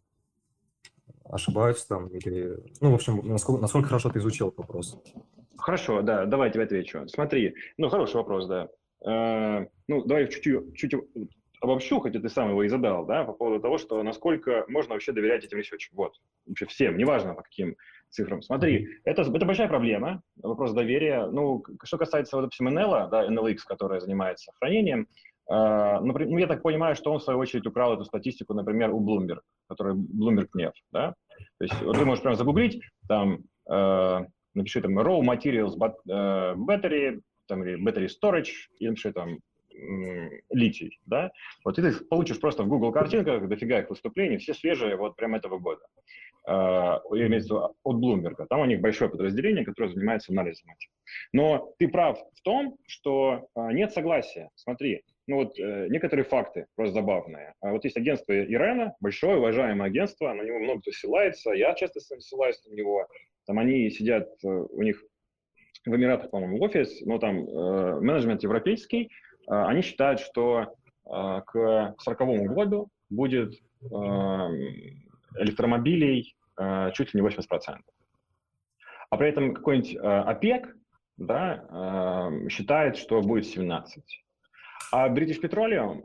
ошибаются там, или... в общем, насколько хорошо ты изучил этот вопрос? Хорошо, да, давай я тебе отвечу. Смотри, хороший вопрос, да. Давай чуть-чуть обобщу, хотя ты сам его и задал, да, по поводу того, что насколько можно вообще доверять этим ресерчам. Вот, вообще всем, неважно по каким цифрам. Смотри, это большая проблема, вопрос доверия. Что касается, допустим, NL, да, NLX, которая занимается хранением, я так понимаю, что он, в свою очередь, украл эту статистику, например, у Bloomberg, который Bloomberg Nef, да. То есть вот ты можешь прямо загуглить, там, напиши там raw materials battery, там, или battery storage, и напиши там литий, да, вот и ты получишь просто в Google картинках дофига их выступлений, все свежие вот прямо этого года. Я имею в виду от Bloomberg. Там у них большое подразделение, которое занимается анализом этим. Но ты прав в том, что нет согласия. Смотри, некоторые факты просто забавные. Вот есть агентство Ирена, большое, уважаемое агентство, на него много кто ссылается, я часто ссылаюсь на него. Там они сидят, у них в Эмиратах, по-моему, офис, но там менеджмент европейский. Они считают, что к 40 году будет электромобилей чуть ли не 80%. А при этом какой-нибудь ОПЕК, да, считает, что будет 17%. А British Petroleum,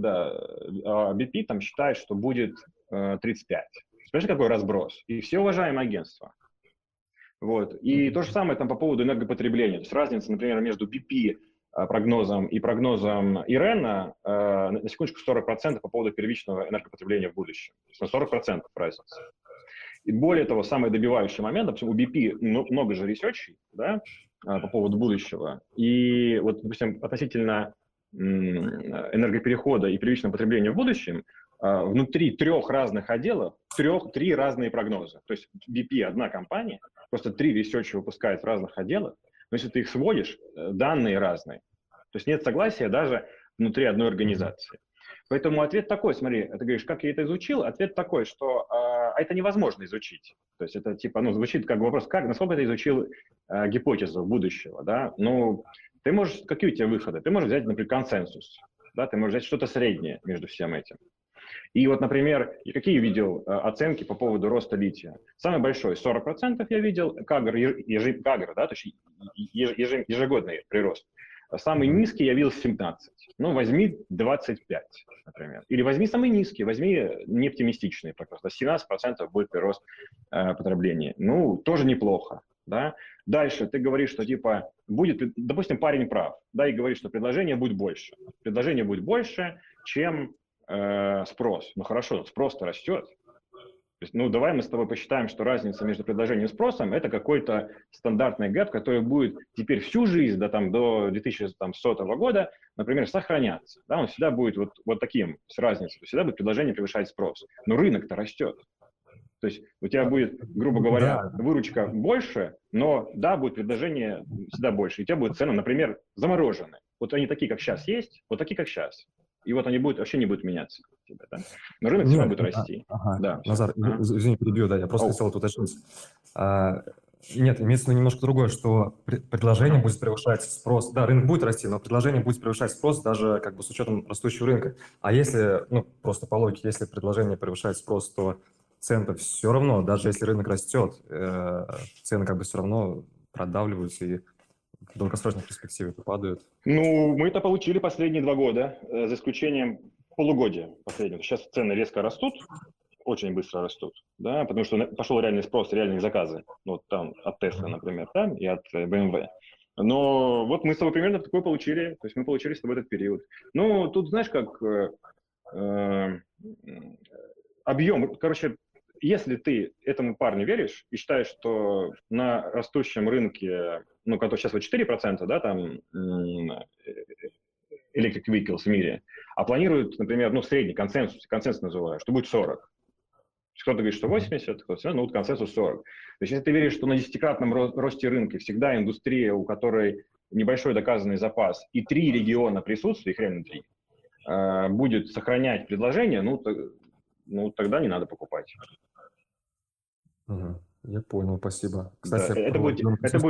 BP там считает, что будет 35%. Смотрите, какой разброс. И все уважаемые агентства. Вот. И то же самое там по поводу энергопотребления. То есть разница, например, между BP прогнозом и прогнозом Ирена на секундочку 40% по поводу первичного энергопотребления в будущем. То есть на 40% разница. И более того, самый добивающий момент, допустим, у BP много же ресерчей, да, по поводу будущего. И вот, допустим, относительно энергоперехода и первичного потребления в будущем, внутри 3 разных отделов 3 разные прогнозы. То есть BP одна компания, просто 3 ресерча выпускает в разных отделах, но если ты их сводишь, данные разные. То есть нет согласия даже внутри одной организации. Поэтому ответ такой, смотри, ты говоришь, как я это изучил? Ответ такой, что это невозможно изучить. То есть это типа, звучит как вопрос, насколько ты изучил гипотезу будущего, да? Ну, ты можешь, какие у тебя выходы? Ты можешь взять, например, консенсус, да? Ты можешь взять что-то среднее между всем этим. И вот, например, какие видел оценки по поводу роста лития? Самый большой 40% я видел, КАГР, да, то есть ежегодный прирост. Самый низкий я видел 17. Ну, возьми 25, например. Или возьми самый низкий, возьми неоптимистичный прогноз. 17% будет прирост потребления. Ну, тоже неплохо, да. Дальше ты говоришь, что типа будет, допустим, парень прав, да, и говорит, что предложение будет больше. Предложение будет больше, чем спрос. Ну, хорошо, спрос-то растет. То есть, давай мы с тобой посчитаем, что разница между предложением и спросом – это какой-то стандартный гэп, который будет теперь всю жизнь, да, там, до 2100 года, например, сохраняться. Да, он всегда будет вот таким, с разницей. То есть всегда будет предложение превышать спрос. Но рынок-то растет. То есть у тебя будет, грубо говоря, выручка больше, но, да, будет предложение всегда больше. И у тебя будет цены, например, заморожены. Вот они такие, как сейчас есть, вот такие, как сейчас. И вот они вообще не будут меняться. Да? Но рынок всегда будет расти. Да, Назар, извини, перебью, да, я просто хотел это уточнить. Нет, имеется в виду немножко другое, что предложение будет превышать спрос. Да, рынок будет расти, но предложение будет превышать спрос даже как бы с учетом растущего рынка. А если, просто по логике, если предложение превышает спрос, то цены все равно, даже если рынок растет, цены как бы все равно продавливаются и в долгосрочной перспективе падают. Ну, мы это получили последние 2 года, за исключением полугодия последнего. Сейчас цены резко растут, очень быстро растут, да, потому что пошел реальный спрос, реальные заказы, вот там от Tesla, например, да, и от BMW. Но вот мы с тобой примерно такое получили, то есть мы получили с тобой этот период. Ну, тут, знаешь, как объем, короче, если ты этому парню веришь и считаешь, что на растущем рынке, который сейчас вот 4%, да, там, electric vehicles в мире, а планируют, например, средний консенсус называю, что будет 40. Кто-то говорит, что 80, кто-то, вот консенсус 40. То есть если ты веришь, что на 10-кратном росте рынка всегда индустрия, у которой небольшой доказанный запас, и 3 региона присутствия, их реально 3, будет сохранять предложение, тогда не надо покупать. Я понял, спасибо. Кстати, да, это будет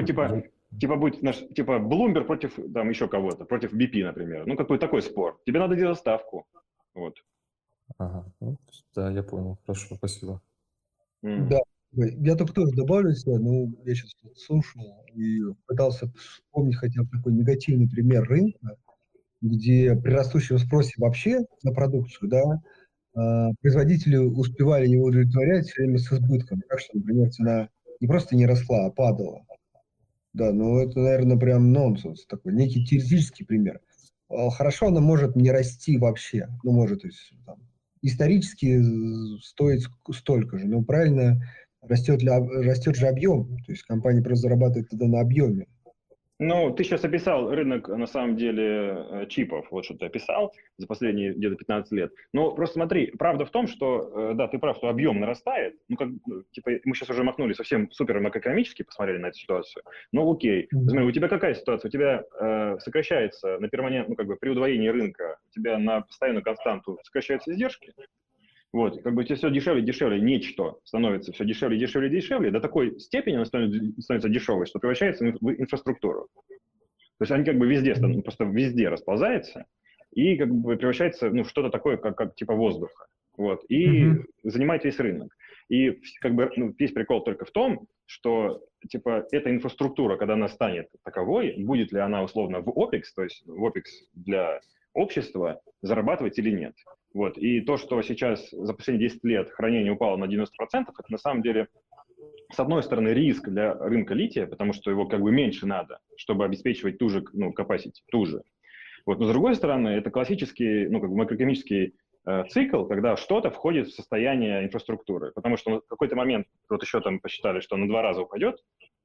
типа Bloomberg против там еще кого-то, против BP, например. Какой такой спор. Тебе надо делать ставку. Вот. Ага, да, я понял. Хорошо, спасибо. Да, я только тоже добавлю себя, я сейчас слушал и пытался вспомнить хотя бы такой негативный пример рынка, где при растущем спросе вообще на продукцию, да, производители успевали его удовлетворять все время с избытком, так что, например, цена не просто не росла, а падала. Да, это, наверное, прям нонсенс такой, некий теоретический пример. Хорошо, она может не расти вообще, может, то есть, там, исторически стоить столько же, но правильно растет же объем, то есть компания просто зарабатывает тогда на объеме. Ты сейчас описал рынок, на самом деле, чипов, вот что ты описал за последние где-то 15 лет. Но просто смотри, правда в том, что, да, ты прав, что объем нарастает. Мы сейчас уже махнули совсем супер макроэкономически, посмотрели на эту ситуацию. Окей, смотри, у тебя какая ситуация? У тебя сокращается на при удвоении рынка, у тебя на постоянную константу сокращаются издержки. Вот, тебе все дешевле и дешевле, нечто становится все дешевле и дешевле и дешевле, до такой степени она становится дешевой, что превращается в инфраструктуру. То есть они везде, просто везде расползается и превращается в что-то такое, как типа воздуха. Вот, и занимает весь рынок. И весь прикол только в том, что эта инфраструктура, когда она станет таковой, будет ли она условно в OPEX, то есть в OPEX для общества, зарабатывать или нет. Вот. И то, что сейчас за последние 10 лет хранение упало на 90%, это на самом деле, с одной стороны, риск для рынка лития, потому что его меньше надо, чтобы обеспечивать ту же capacity, ту же. Вот. Но с другой стороны, это классический макроэкономический цикл, когда что-то входит в состояние инфраструктуры. Потому что в какой-то момент, вот еще там посчитали, что на 2 раза упадет,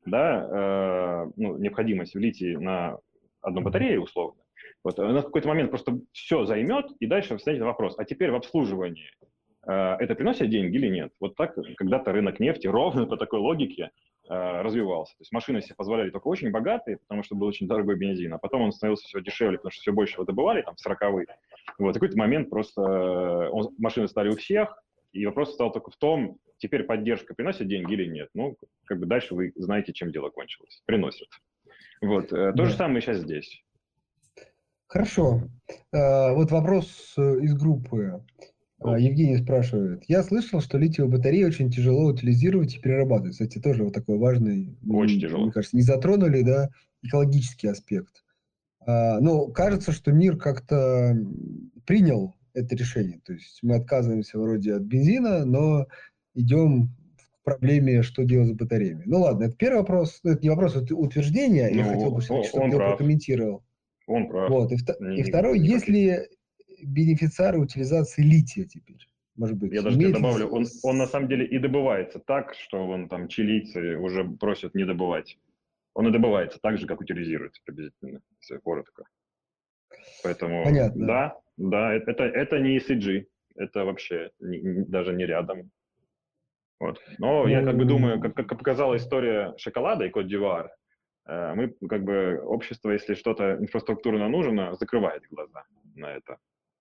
да, необходимость в литии на одну батарею условно. Вот, на какой-то момент просто все займет, и дальше встанет вопрос, а теперь в обслуживании это приносит деньги или нет? Вот так когда-то рынок нефти ровно по такой логике развивался. То есть машины себе позволяли только очень богатые, потому что был очень дорогой бензин, а потом он становился все дешевле, потому что все больше его добывали, там, в 40-е. Вот, в какой-то момент просто машины стали у всех, и вопрос стал только в том, теперь поддержка приносит деньги или нет. Ну, как бы дальше вы знаете, чем дело кончилось. Приносит. Вот, то же самое сейчас здесь. Хорошо. Вот вопрос из группы. Евгений спрашивает. Я слышал, что литиевые батареи очень тяжело утилизировать и перерабатывать. Кстати, тоже вот такой важный, Очень тяжело. мне кажется, не затронули, да, экологический аспект. Но кажется, что мир как-то принял это решение. То есть мы отказываемся вроде от бензина, но идем к проблеме, что делать с батареями. Ну ладно, это первый вопрос. Это не вопрос, это утверждение. Я хотел бы, чтобы ты его прокомментировал. Он прав. Вот. И второй, есть ли бенефициары утилизации лития теперь? Может быть, я даже тебе добавлю, он на самом деле и добывается так, что он там чилийцы уже просят не добывать. Он и добывается так же, как утилизируется приблизительно, если коротко. Поэтому, понятно. да, это не ESG, это вообще даже не рядом. Вот. Но я как бы думаю, как показала история шоколада и Кот-д'Ивуар, мы как бы общество, если что-то инфраструктурно нужно, закрывает глаза на это.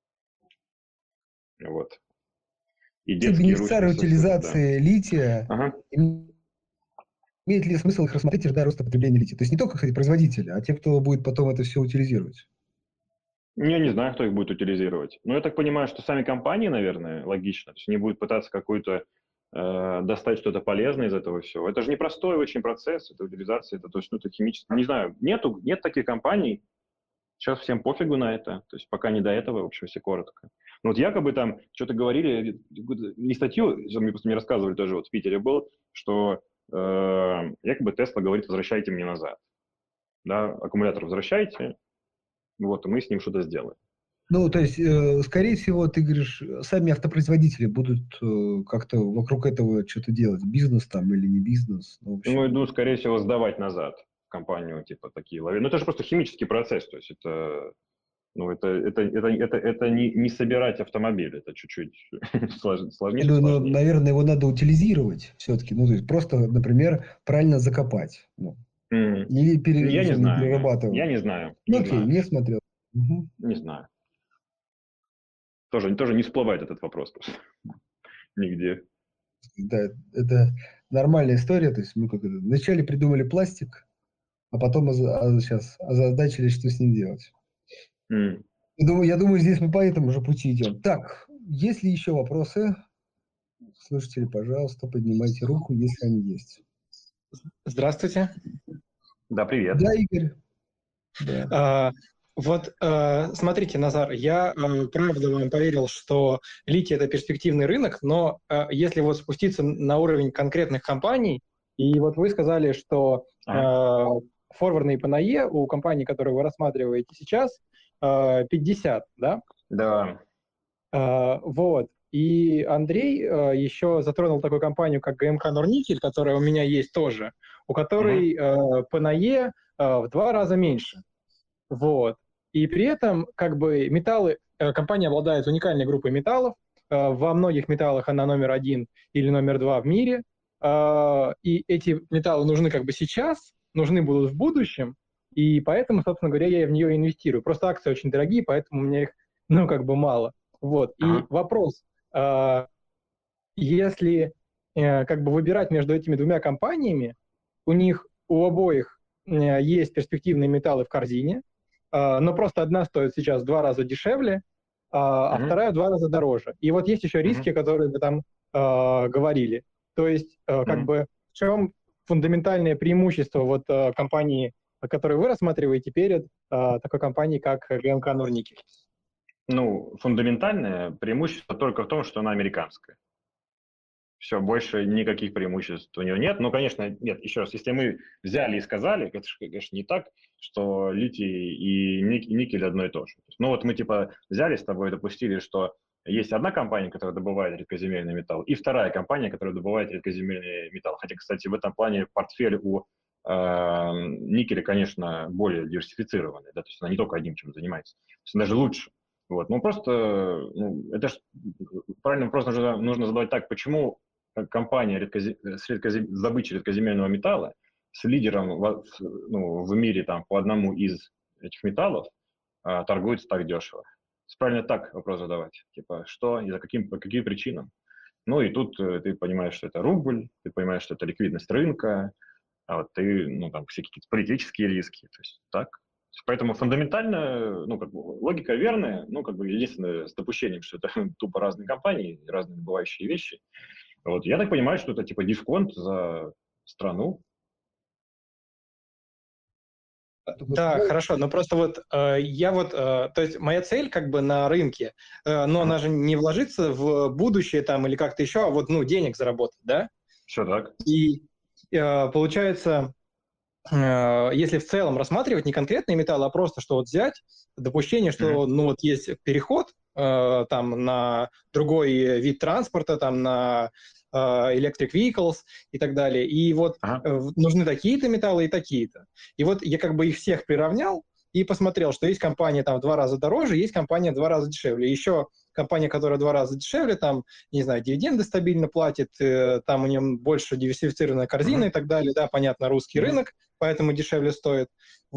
Вот. И бенефициары утилизации лития, имеет ли смысл их рассмотреть, ожидая роста потребления лития? То есть не только, кстати, производители, а те, кто будет потом это все утилизировать? Я не знаю, кто их будет утилизировать. Но я так понимаю, что сами компании, наверное, логично. То есть они будут пытаться достать что-то полезное из этого всего. Это же непростой очень процесс, это утилизация, это, то есть, это химически. Не знаю, нет таких компаний. Сейчас всем пофигу на это. То есть пока не до этого, в общем, все коротко. Но вот якобы там что-то говорили, не статью, мне просто не рассказывали тоже, вот в Питере был, что якобы Тесла говорит, возвращайте мне назад. Да, аккумулятор возвращайте, вот, и мы с ним что-то сделаем. Ну, то есть, скорее всего, ты говоришь, сами автопроизводители будут как-то вокруг этого что-то делать. Бизнес там или не бизнес. Ну, идут, скорее всего, сдавать назад в компанию, типа, такие лавины. Ну, это же просто химический процесс, то есть это не собирать автомобиль, это чуть-чуть сложнее. Ну, наверное, его надо утилизировать все-таки. Ну, то есть просто, например, правильно закопать. Или я не знаю. перерабатывать. Я не знаю. Ну, окей, не смотрел. Угу. Не знаю. Тоже не всплывает этот вопрос просто. Нигде. Да, это нормальная история. То есть мы вначале придумали пластик, а потом сейчас озадачились, что с ним делать. Я думаю, здесь мы по этому же пути идем. Так, есть ли еще вопросы? Слушатели, пожалуйста, поднимайте руку, если они есть. Здравствуйте. Да, привет. Да, Игорь. Да. Вот смотрите, Назар, я правда вам поверил, что литий – это перспективный рынок, но если вот спуститься на уровень конкретных компаний, и вот вы сказали, что форвардные ПНЕ у компании, которую вы рассматриваете сейчас, 50, да? Да. Вот. И Андрей еще затронул такую компанию, как ГМК Норникель, которая у меня есть тоже, у которой ПНЕ в 2 раза меньше. Вот. И при этом как бы металлы, компания обладает уникальной группой металлов, во многих металлах она номер 1 или номер 2 в мире, и эти металлы нужны как бы сейчас, нужны будут в будущем, и поэтому, собственно говоря, я в нее инвестирую. Просто акции очень дорогие, поэтому у меня их, как бы мало. Вот. И вопрос, если как бы выбирать между этими двумя компаниями, у обоих есть перспективные металлы в корзине, но просто одна стоит сейчас в 2 раза дешевле, а вторая в 2 раза дороже. И вот есть еще риски, которые вы там говорили. То есть как бы в чем фундаментальное преимущество вот компании, которую вы рассматриваете, перед такой компанией, как ГМК Норникель? Ну, фундаментальное преимущество только в том, что она американская. Все, больше никаких преимуществ у нее нет. Ну, конечно, нет, еще раз, если мы взяли и сказали, это, конечно, не так, что литий и никель одно и то же. Ну, вот мы типа взяли с тобой и допустили, что есть одна компания, которая добывает редкоземельный металл, и вторая компания, которая добывает редкоземельный металл. Хотя, кстати, в этом плане портфель у никеля, конечно, более диверсифицированный, да, то есть она не только одним чем занимается, то есть она даже лучше. Вот. Ну, просто, это ж правильный вопрос нужно задавать так, почему как компания с добычей редкоземельного металла, с лидером в мире там, по одному из этих металлов торгуется так дешево. Правильно так вопрос задавать. Типа, что и по каким причинам? Ну и тут ты понимаешь, что это рубль, ты понимаешь, что это ликвидность рынка, а вот ты, там всякие какие-то политические риски. То есть так. Поэтому фундаментально, логика верная, единственное с допущением, что это тупо разные компании, разные добывающие вещи. Вот. Я так понимаю, что это типа дисконт за страну. Да, хорошо, но просто то есть моя цель как бы на рынке, но она же не вложиться в будущее там или как-то еще, а денег заработать, да? Все так. И получается, если в целом рассматривать не конкретные металлы, а просто что взять допущение, что есть переход там на другой вид транспорта, там на electric vehicles и так далее. И нужны такие-то металлы и такие-то. И я как бы их всех приравнял и посмотрел, что есть компания там в 2 раза дороже, есть компания в 2 раза дешевле. Еще компания, которая в 2 раза дешевле, там, не знаю, дивиденды стабильно платит, там у нее больше диверсифицированная корзина и так далее. Да, понятно, русский рынок, поэтому дешевле стоит.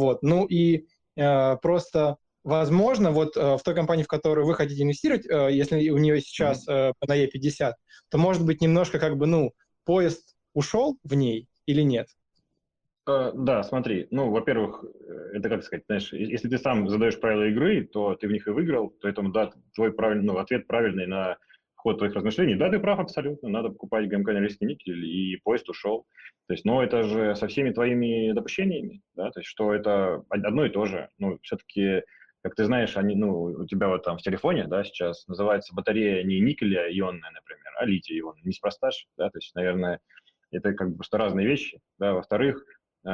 Просто... Возможно, в той компании, в которую вы хотите инвестировать, если у нее сейчас PNE 50, то, может быть, немножко поезд ушел в ней или нет? Да, смотри, во-первых, это как сказать, знаешь, если ты сам задаешь правила игры, то ты в них и выиграл, поэтому, да, твой ответ правильный на ход твоих размышлений. Да, ты прав абсолютно, надо покупать ГМК Норильский никель, и поезд ушел. То есть, это же со всеми твоими допущениями, да, то есть, что это одно и то же. Все-таки, как ты знаешь, у тебя там в телефоне, да, сейчас называется батарея не никеля ионная, например, а лития ионная, неспроста же, да, то есть, наверное, это как бы просто разные вещи, да. Во-вторых,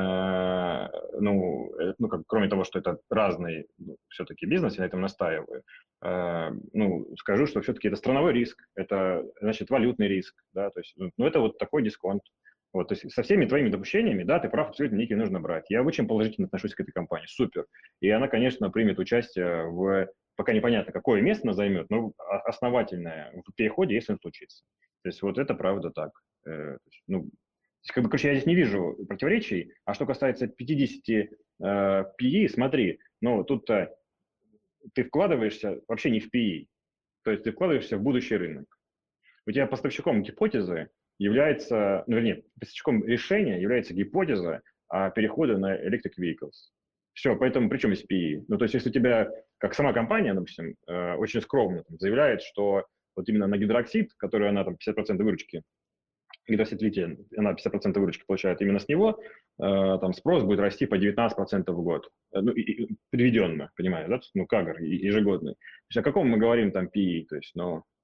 кроме того, что это разный все-таки бизнес, я на этом настаиваю, скажу, что все-таки это страновой риск, это, значит, валютный риск, да, то есть, это такой дисконт. То есть со всеми твоими допущениями, да, ты прав, абсолютно никель нужно брать. Я очень положительно отношусь к этой компании, супер. И она, конечно, примет участие пока непонятно, какое место она займет, но основательное в переходе, если он случится. То есть это правда так. Короче, я здесь не вижу противоречий. А что касается 50 PE, смотри, тут-то ты вкладываешься вообще не в PE, то есть ты вкладываешься в будущий рынок. У тебя поставщиком гипотезы является, поставщиком решения является гипотеза перехода на electric vehicles. Все, поэтому при чем есть PE? То есть если у тебя, как сама компания, допустим, очень скромно заявляет, что именно на гидроксид, который она там 50% выручки, гидроксид лития, она 50% выручки получает именно с него, там спрос будет расти по 19% в год. Приведенно, понимаешь, да? КАГР ежегодный. То есть о каком мы говорим там PE? То есть,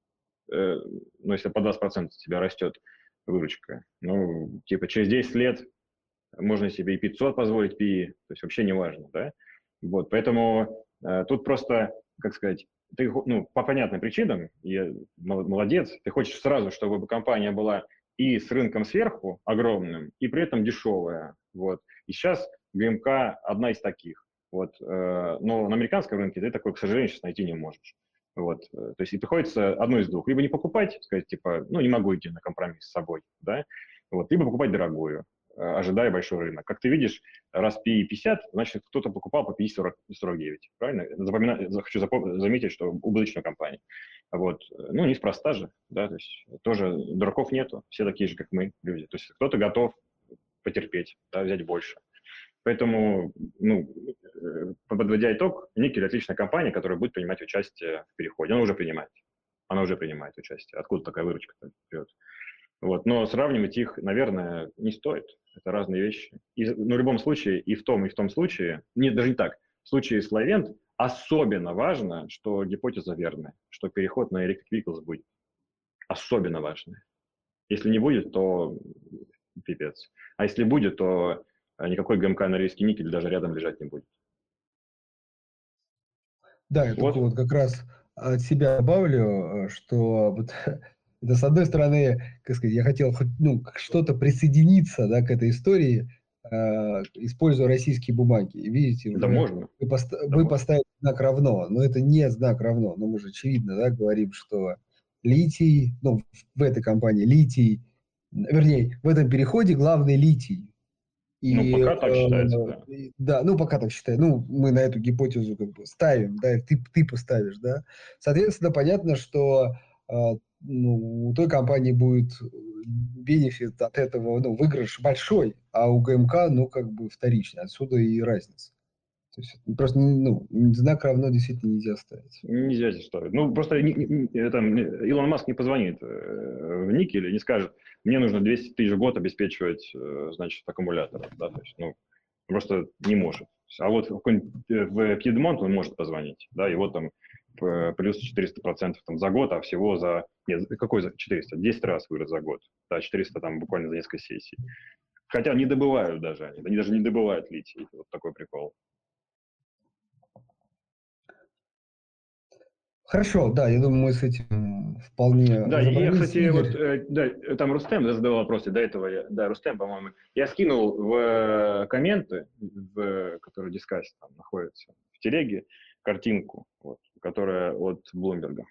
если по 20% у тебя растет выручка, через 10 лет можно себе и 500 позволить PE, то есть вообще не важно, да? Поэтому тут просто, как сказать, ты, по понятным причинам, молодец, ты хочешь сразу, чтобы компания была и с рынком сверху огромным, и при этом дешевая. И сейчас ГМК одна из таких. Но на американском рынке ты такой, к сожалению, сейчас найти не можешь. То есть и приходится одно из двух. Либо не покупать, сказать, типа, не могу идти на компромисс с собой, да, либо покупать дорогую, ожидая большой рынок. Как ты видишь, раз PE 50, значит, кто-то покупал по PE 49, правильно? Хочу заметить, что убыточная компания. Неспроста же, да, то есть тоже дураков нету, все такие же, как мы, люди. То есть кто-то готов потерпеть, да, взять больше. Поэтому, подводя итог, никель – отличная компания, которая будет принимать участие в переходе. Она уже принимает участие. Откуда такая выручка-то придет? Но сравнивать их, наверное, не стоит. Это разные вещи. В любом случае, и в том случае, даже не так, в случае с Livent особенно важно, что гипотеза верная, что переход на electric vehicles будет. Особенно важно. Если не будет, то пипец. А если будет, то никакой ГМК Норильский никель даже рядом лежать не будет. Да, я только как раз от себя добавлю, что это, с одной стороны, как сказать, я хотел что-то присоединиться, да, к этой истории, используя российские бумаги. И видите, да, можно. Вы поставили знак равно, но это не знак равно. Но мы же очевидно, да, говорим, что литий, ну, в этой компании литий, вернее, в этом переходе главный литий. Ну, И, пока так считается, да. да, ну, пока так считаю. Ну, мы на эту гипотезу как бы ставим, да, ты поставишь, да. Соответственно, понятно, что ну, у той компании будет бенефит от этого, ну, выигрыш большой, а у ГМК, ну, как бы вторичный. Отсюда и разница. То есть просто, ну, знак равно действительно нельзя ставить. Нельзя здесь ставить. Ну, просто там, Илон Маск не позвонит в никель и не скажет, мне нужно 200 тысяч в год обеспечивать, значит, аккумуляторов. Да? То есть, ну, просто не может. А вот в Piedmont он может позвонить, да, и вот там плюс 400% там за год, а всего за... Нет, какой за 400? 10 раз вырос за год. Да, 400 там буквально за несколько сессий. Хотя не добывают даже они даже не добывают литий. Вот такой прикол. Хорошо, да, я думаю, мы с этим вполне Да, и я, разобрались. кстати, Игорь, вот, да, там Рустем задавал вопросы, до этого, да, Рустем, по-моему, я скинул в комменты, которые в дискассе там находятся, в телеге, картинку, вот, которая от Блумберга.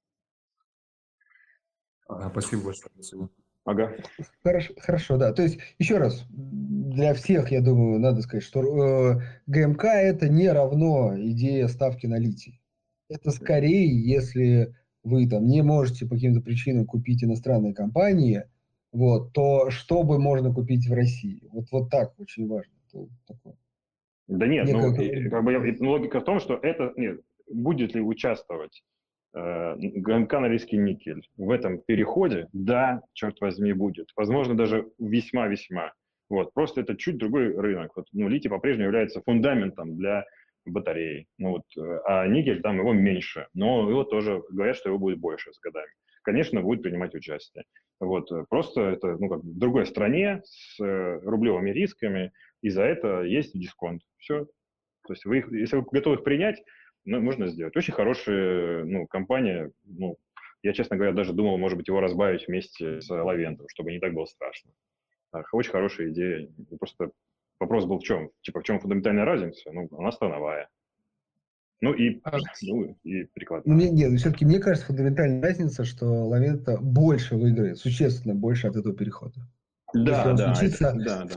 Спасибо большое. Спасибо. Ага. Хорошо, да. То есть, еще раз, для всех, я думаю, надо сказать, что ГМК это не равно идея ставки на литий. Это скорее, если вы там не можете по каким-то причинам купить иностранные компании, вот, то что бы можно купить в России? Вот так очень важно. Это такое. Да нет, Некое... ну, как бы, логика в том, что это, нет, будет ли участвовать ГМК Норильский никель в этом переходе? Да, черт возьми, будет. Возможно, даже весьма-весьма. Вот, просто это чуть другой рынок. Вот, ну, литий по-прежнему является фундаментом для батареи. Ну, вот, а никель там его меньше, но его тоже говорят, что его будет больше с годами. Конечно, будет принимать участие. Вот, просто это, ну, как в другой стране с рублевыми рисками, и за это есть дисконт. Все. То есть вы их, если вы готовы их принять, ну, можно сделать. Очень хорошая, ну, компания. Ну, я, честно говоря, даже думал, может быть, его разбавить вместе с Лавентом, чтобы не так было страшно. Очень хорошая идея. Просто вопрос был в чем? Типа, в чем фундаментальная разница? Ну, она становая. Ну и прикладная. Нет, все-таки мне кажется, фундаментальная разница, что Лавента больше выиграет, существенно больше от этого перехода. Если он случится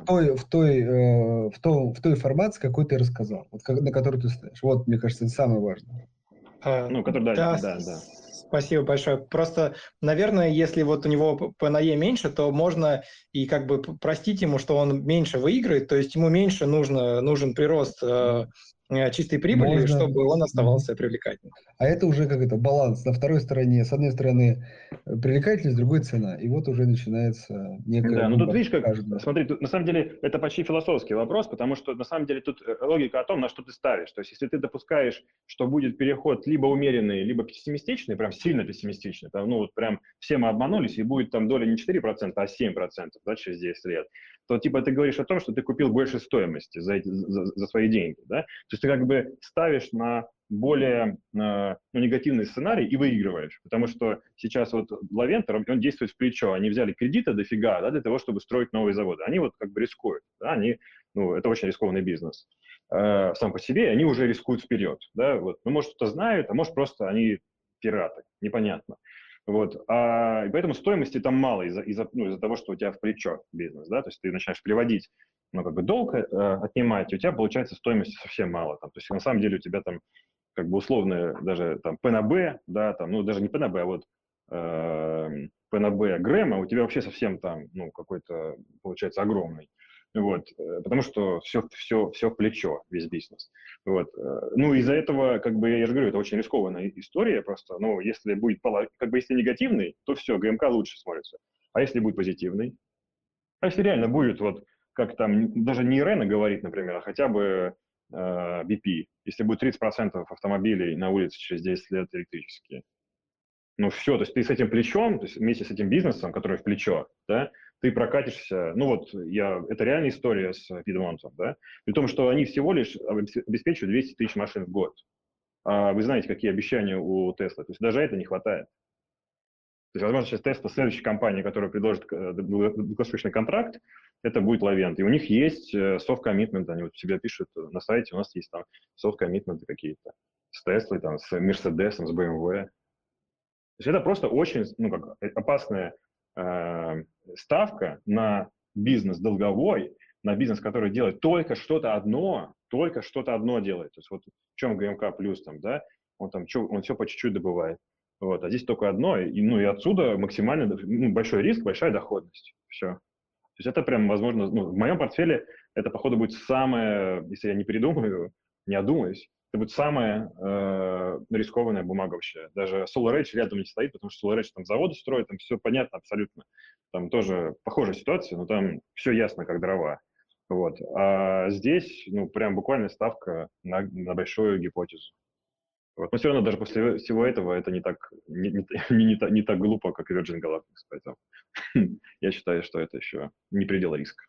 в той формации, какой ты рассказал, вот, на который ты ставишь. Вот, мне кажется, это самое важное. Ну, который, да. Спасибо большое. Просто, наверное, если вот у него ПНЕ меньше, то можно и как бы простить ему, что он меньше выиграет, то есть ему меньше нужен прирост чистой прибыли, чтобы он оставался привлекательным. А это уже как это баланс. На второй стороне, с одной стороны, привлекательность, с другой цена. И вот уже начинается некая... Да, ну тут видишь, как, смотри, тут, на самом деле это почти философский вопрос, потому что на самом деле тут логика о том, на что ты ставишь. То есть если ты допускаешь, что будет переход либо умеренный, либо пессимистичный, прям сильно пессимистичный, там, ну вот прям все мы обманулись, и будет там доля не 4%, а 7%, да, через 10 лет, то типа ты говоришь о том, что ты купил больше стоимости за свои деньги, да? То есть ты как бы ставишь на более негативный сценарий и выигрываешь. Потому что сейчас вот Лавентер, он действует в плечо. Они взяли кредита дофига, да, для того, чтобы строить новые заводы. Они вот как бы рискуют. Да, это очень рискованный бизнес сам по себе, и они уже рискуют вперед. Да, вот. Ну, может, кто-то знает, а может, просто они пираты. Непонятно. Вот. И поэтому стоимости там мало из-за того, что у тебя в плечо бизнес. Да? То есть ты начинаешь приводить, ну, как бы долг отнимать, и у тебя получается стоимости совсем мало. Там. То есть на самом деле у тебя там как бы условно даже там P на B, да, там, ну, даже не P на B, а вот P на B Грэма у тебя вообще совсем там, ну, какой-то, получается, огромный. Вот, потому что все в плечо, весь бизнес. Вот. Ну, из-за этого, как бы, я же говорю, это очень рискованная история просто. Ну, если будет, как бы, если негативный, то все, ГМК лучше смотрится. А если будет позитивный? А если реально будет, вот, как там, даже не Ирена говорит, например, а хотя бы BP, если будет 30% автомобилей на улице через 10 лет электрические. Ну все, то есть ты с этим плечом, то есть вместе с этим бизнесом, который в плечо, да, ты прокатишься, ну вот, это реальная история с Piedmont, да, при том, что они всего лишь обеспечивают 200 тысяч машин в год. А вы знаете, какие обещания у Tesla, то есть даже это не хватает. То есть, возможно, сейчас Tesla, следующая компания, которая предложит долгосрочный контракт, это будет Lavent. И у них есть soft commitment, они вот всегда пишут на сайте, у нас есть там soft commitment какие-то с Tesla, там, с Mercedes, с BMW. есть это просто очень опасная ставка на бизнес долговой, на бизнес, который делает только что-то одно делает. То есть вот в чем ГМК плюс там, да, он все по чуть-чуть добывает. Вот, а здесь только одно, и отсюда максимально большой риск, большая доходность. Все. То есть это прям, возможно, в моем портфеле это, походу, будет самое, если я не передумаю, не одумаюсь, это будет самая рискованная бумага вообще. Даже SolarEdge рядом не стоит, потому что SolarEdge там заводы строят, там все понятно абсолютно. Там тоже похожая ситуация, но там все ясно, как дрова. Вот. А здесь, прям буквально ставка на большую гипотезу. Вот. Но все равно даже после всего этого это не так глупо, как Virgin Galactic. Поэтому я считаю, что это еще не предел риска.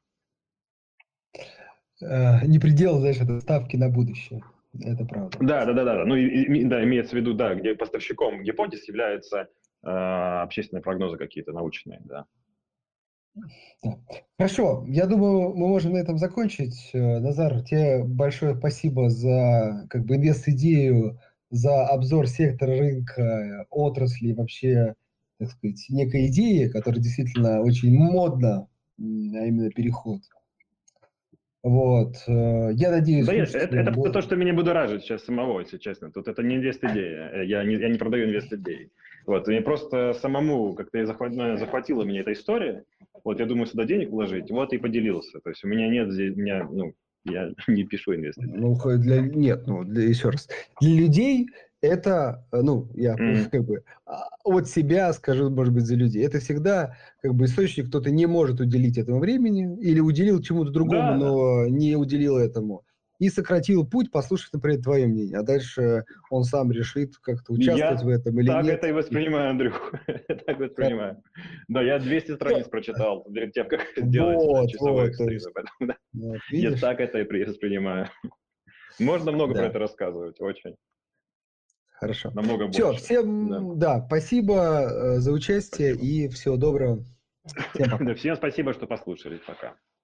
Не предел, знаешь, это ставки на будущее. Это правда. Да. Имеется в виду, да, где поставщиком гипотез являются общественные прогнозы какие-то научные, да. Да. Хорошо, я думаю, мы можем на этом закончить. Назар, тебе большое спасибо за инвест-идею, за обзор сектора рынка, отрасли, вообще, так сказать, некой идеи, которая действительно очень модна, а именно переход. Вот. Я надеюсь, Да, слушатели это то, что меня будоражит сейчас самого, если честно. Тут это не инвест-идея. Я не продаю инвест-идеи. Вот. И просто самому как-то захватила меня эта история. Вот я думаю, сюда денег вложить, вот и поделился. То есть у меня нет здесь, я не пишу инвест-идеи. Еще раз. Для людей это, я от себя скажу, может быть, за людей. Это всегда источник, кто-то не может уделить этому времени или уделил чему-то другому, но не уделил этому. И сократил путь, послушать, например, твое мнение. А дальше он сам решит как-то участвовать в этом или нет. Так это и воспринимаю, Андрюх. Так воспринимаю. Да, я 200 страниц прочитал перед тем, как сделать часовой экстрим. Я так это и воспринимаю. Можно много про это рассказывать, очень. Хорошо. Намного больше. Все, всем, спасибо за участие и всего доброго. Всем спасибо, что послушали. Пока.